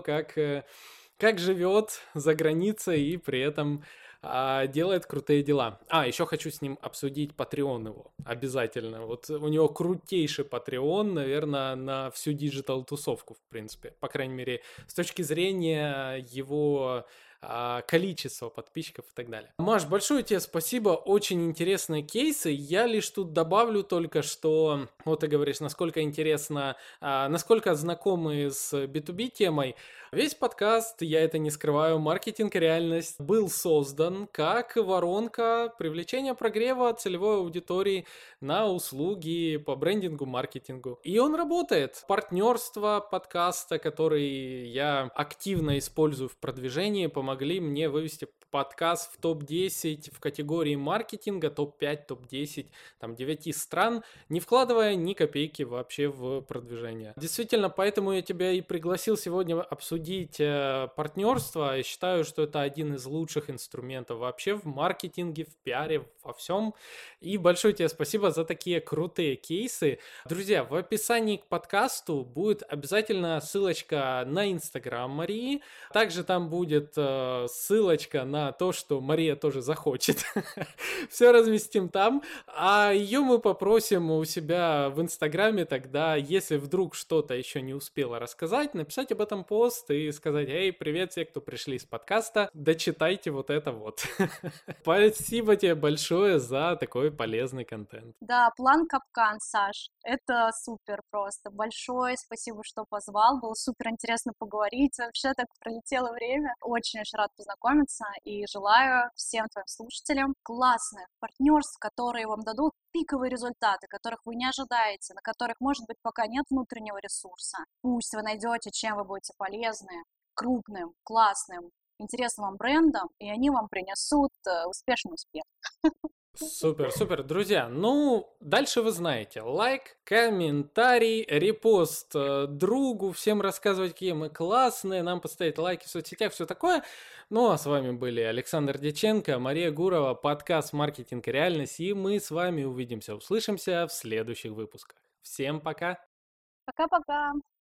как живет за границей и при этом делает крутые дела. Еще хочу с ним обсудить Patreon его. Обязательно. Вот у него крутейший Patreon, наверное, на всю диджитал-тусовку, в принципе. По крайней мере, с точки зрения его количества подписчиков и так далее. Маш, большое тебе спасибо, очень интересные кейсы. Я лишь тут добавлю только, что, вот ты говоришь, насколько интересно, насколько знакомы с B2B темой. Весь подкаст, я это не скрываю, «Маркетинг и реальность» был создан как воронка привлечения прогрева целевой аудитории на услуги по брендингу, маркетингу. И он работает. Партнерство подкаста, который я активно использую в продвижении, помогли мне вывести подкаст в топ-10 в категории маркетинга, топ-5, топ-10, там, 9 стран, не вкладывая ни копейки вообще в продвижение. Действительно, поэтому я тебя и пригласил сегодня обсудить партнерство. Я считаю, что это один из лучших инструментов вообще в маркетинге, в пиаре, во всем. И большое тебе спасибо за такие крутые кейсы. Друзья, в описании к подкасту будет обязательно ссылочка на Инстаграм Марии. Также там будет ссылочка на то, что Мария тоже захочет. Все разместим там. А ее мы попросим у себя в Инстаграме тогда, если вдруг что-то еще не успела рассказать, написать об этом пост и сказать: «Эй, привет все, кто пришли с подкаста, дочитайте вот это вот». Спасибо тебе большое за такой полезный контент. Да, план капкан, Саш. Это супер просто. Большое спасибо, что позвал. Было супер интересно поговорить. Вообще так пролетело время. Очень-очень рад познакомиться и желаю всем твоим слушателям классных партнерств, которые вам дадут пиковые результаты, которых вы не ожидаете, на которых, может быть, пока нет внутреннего ресурса. Пусть вы найдете, чем вы будете полезны крупным, классным, интересным вам брендом, и они вам принесут успешный успех. Супер, супер, друзья. Ну, дальше вы знаете. Лайк, комментарий, репост другу, всем рассказывать, какие мы классные, нам поставить лайки в соцсетях, все такое. Ну, а с вами были Александр Дьяченко, Мария Гурова, подкаст «Маркетинг и реальность», и мы с вами увидимся, услышимся в следующих выпусках. Всем пока! Пока-пока!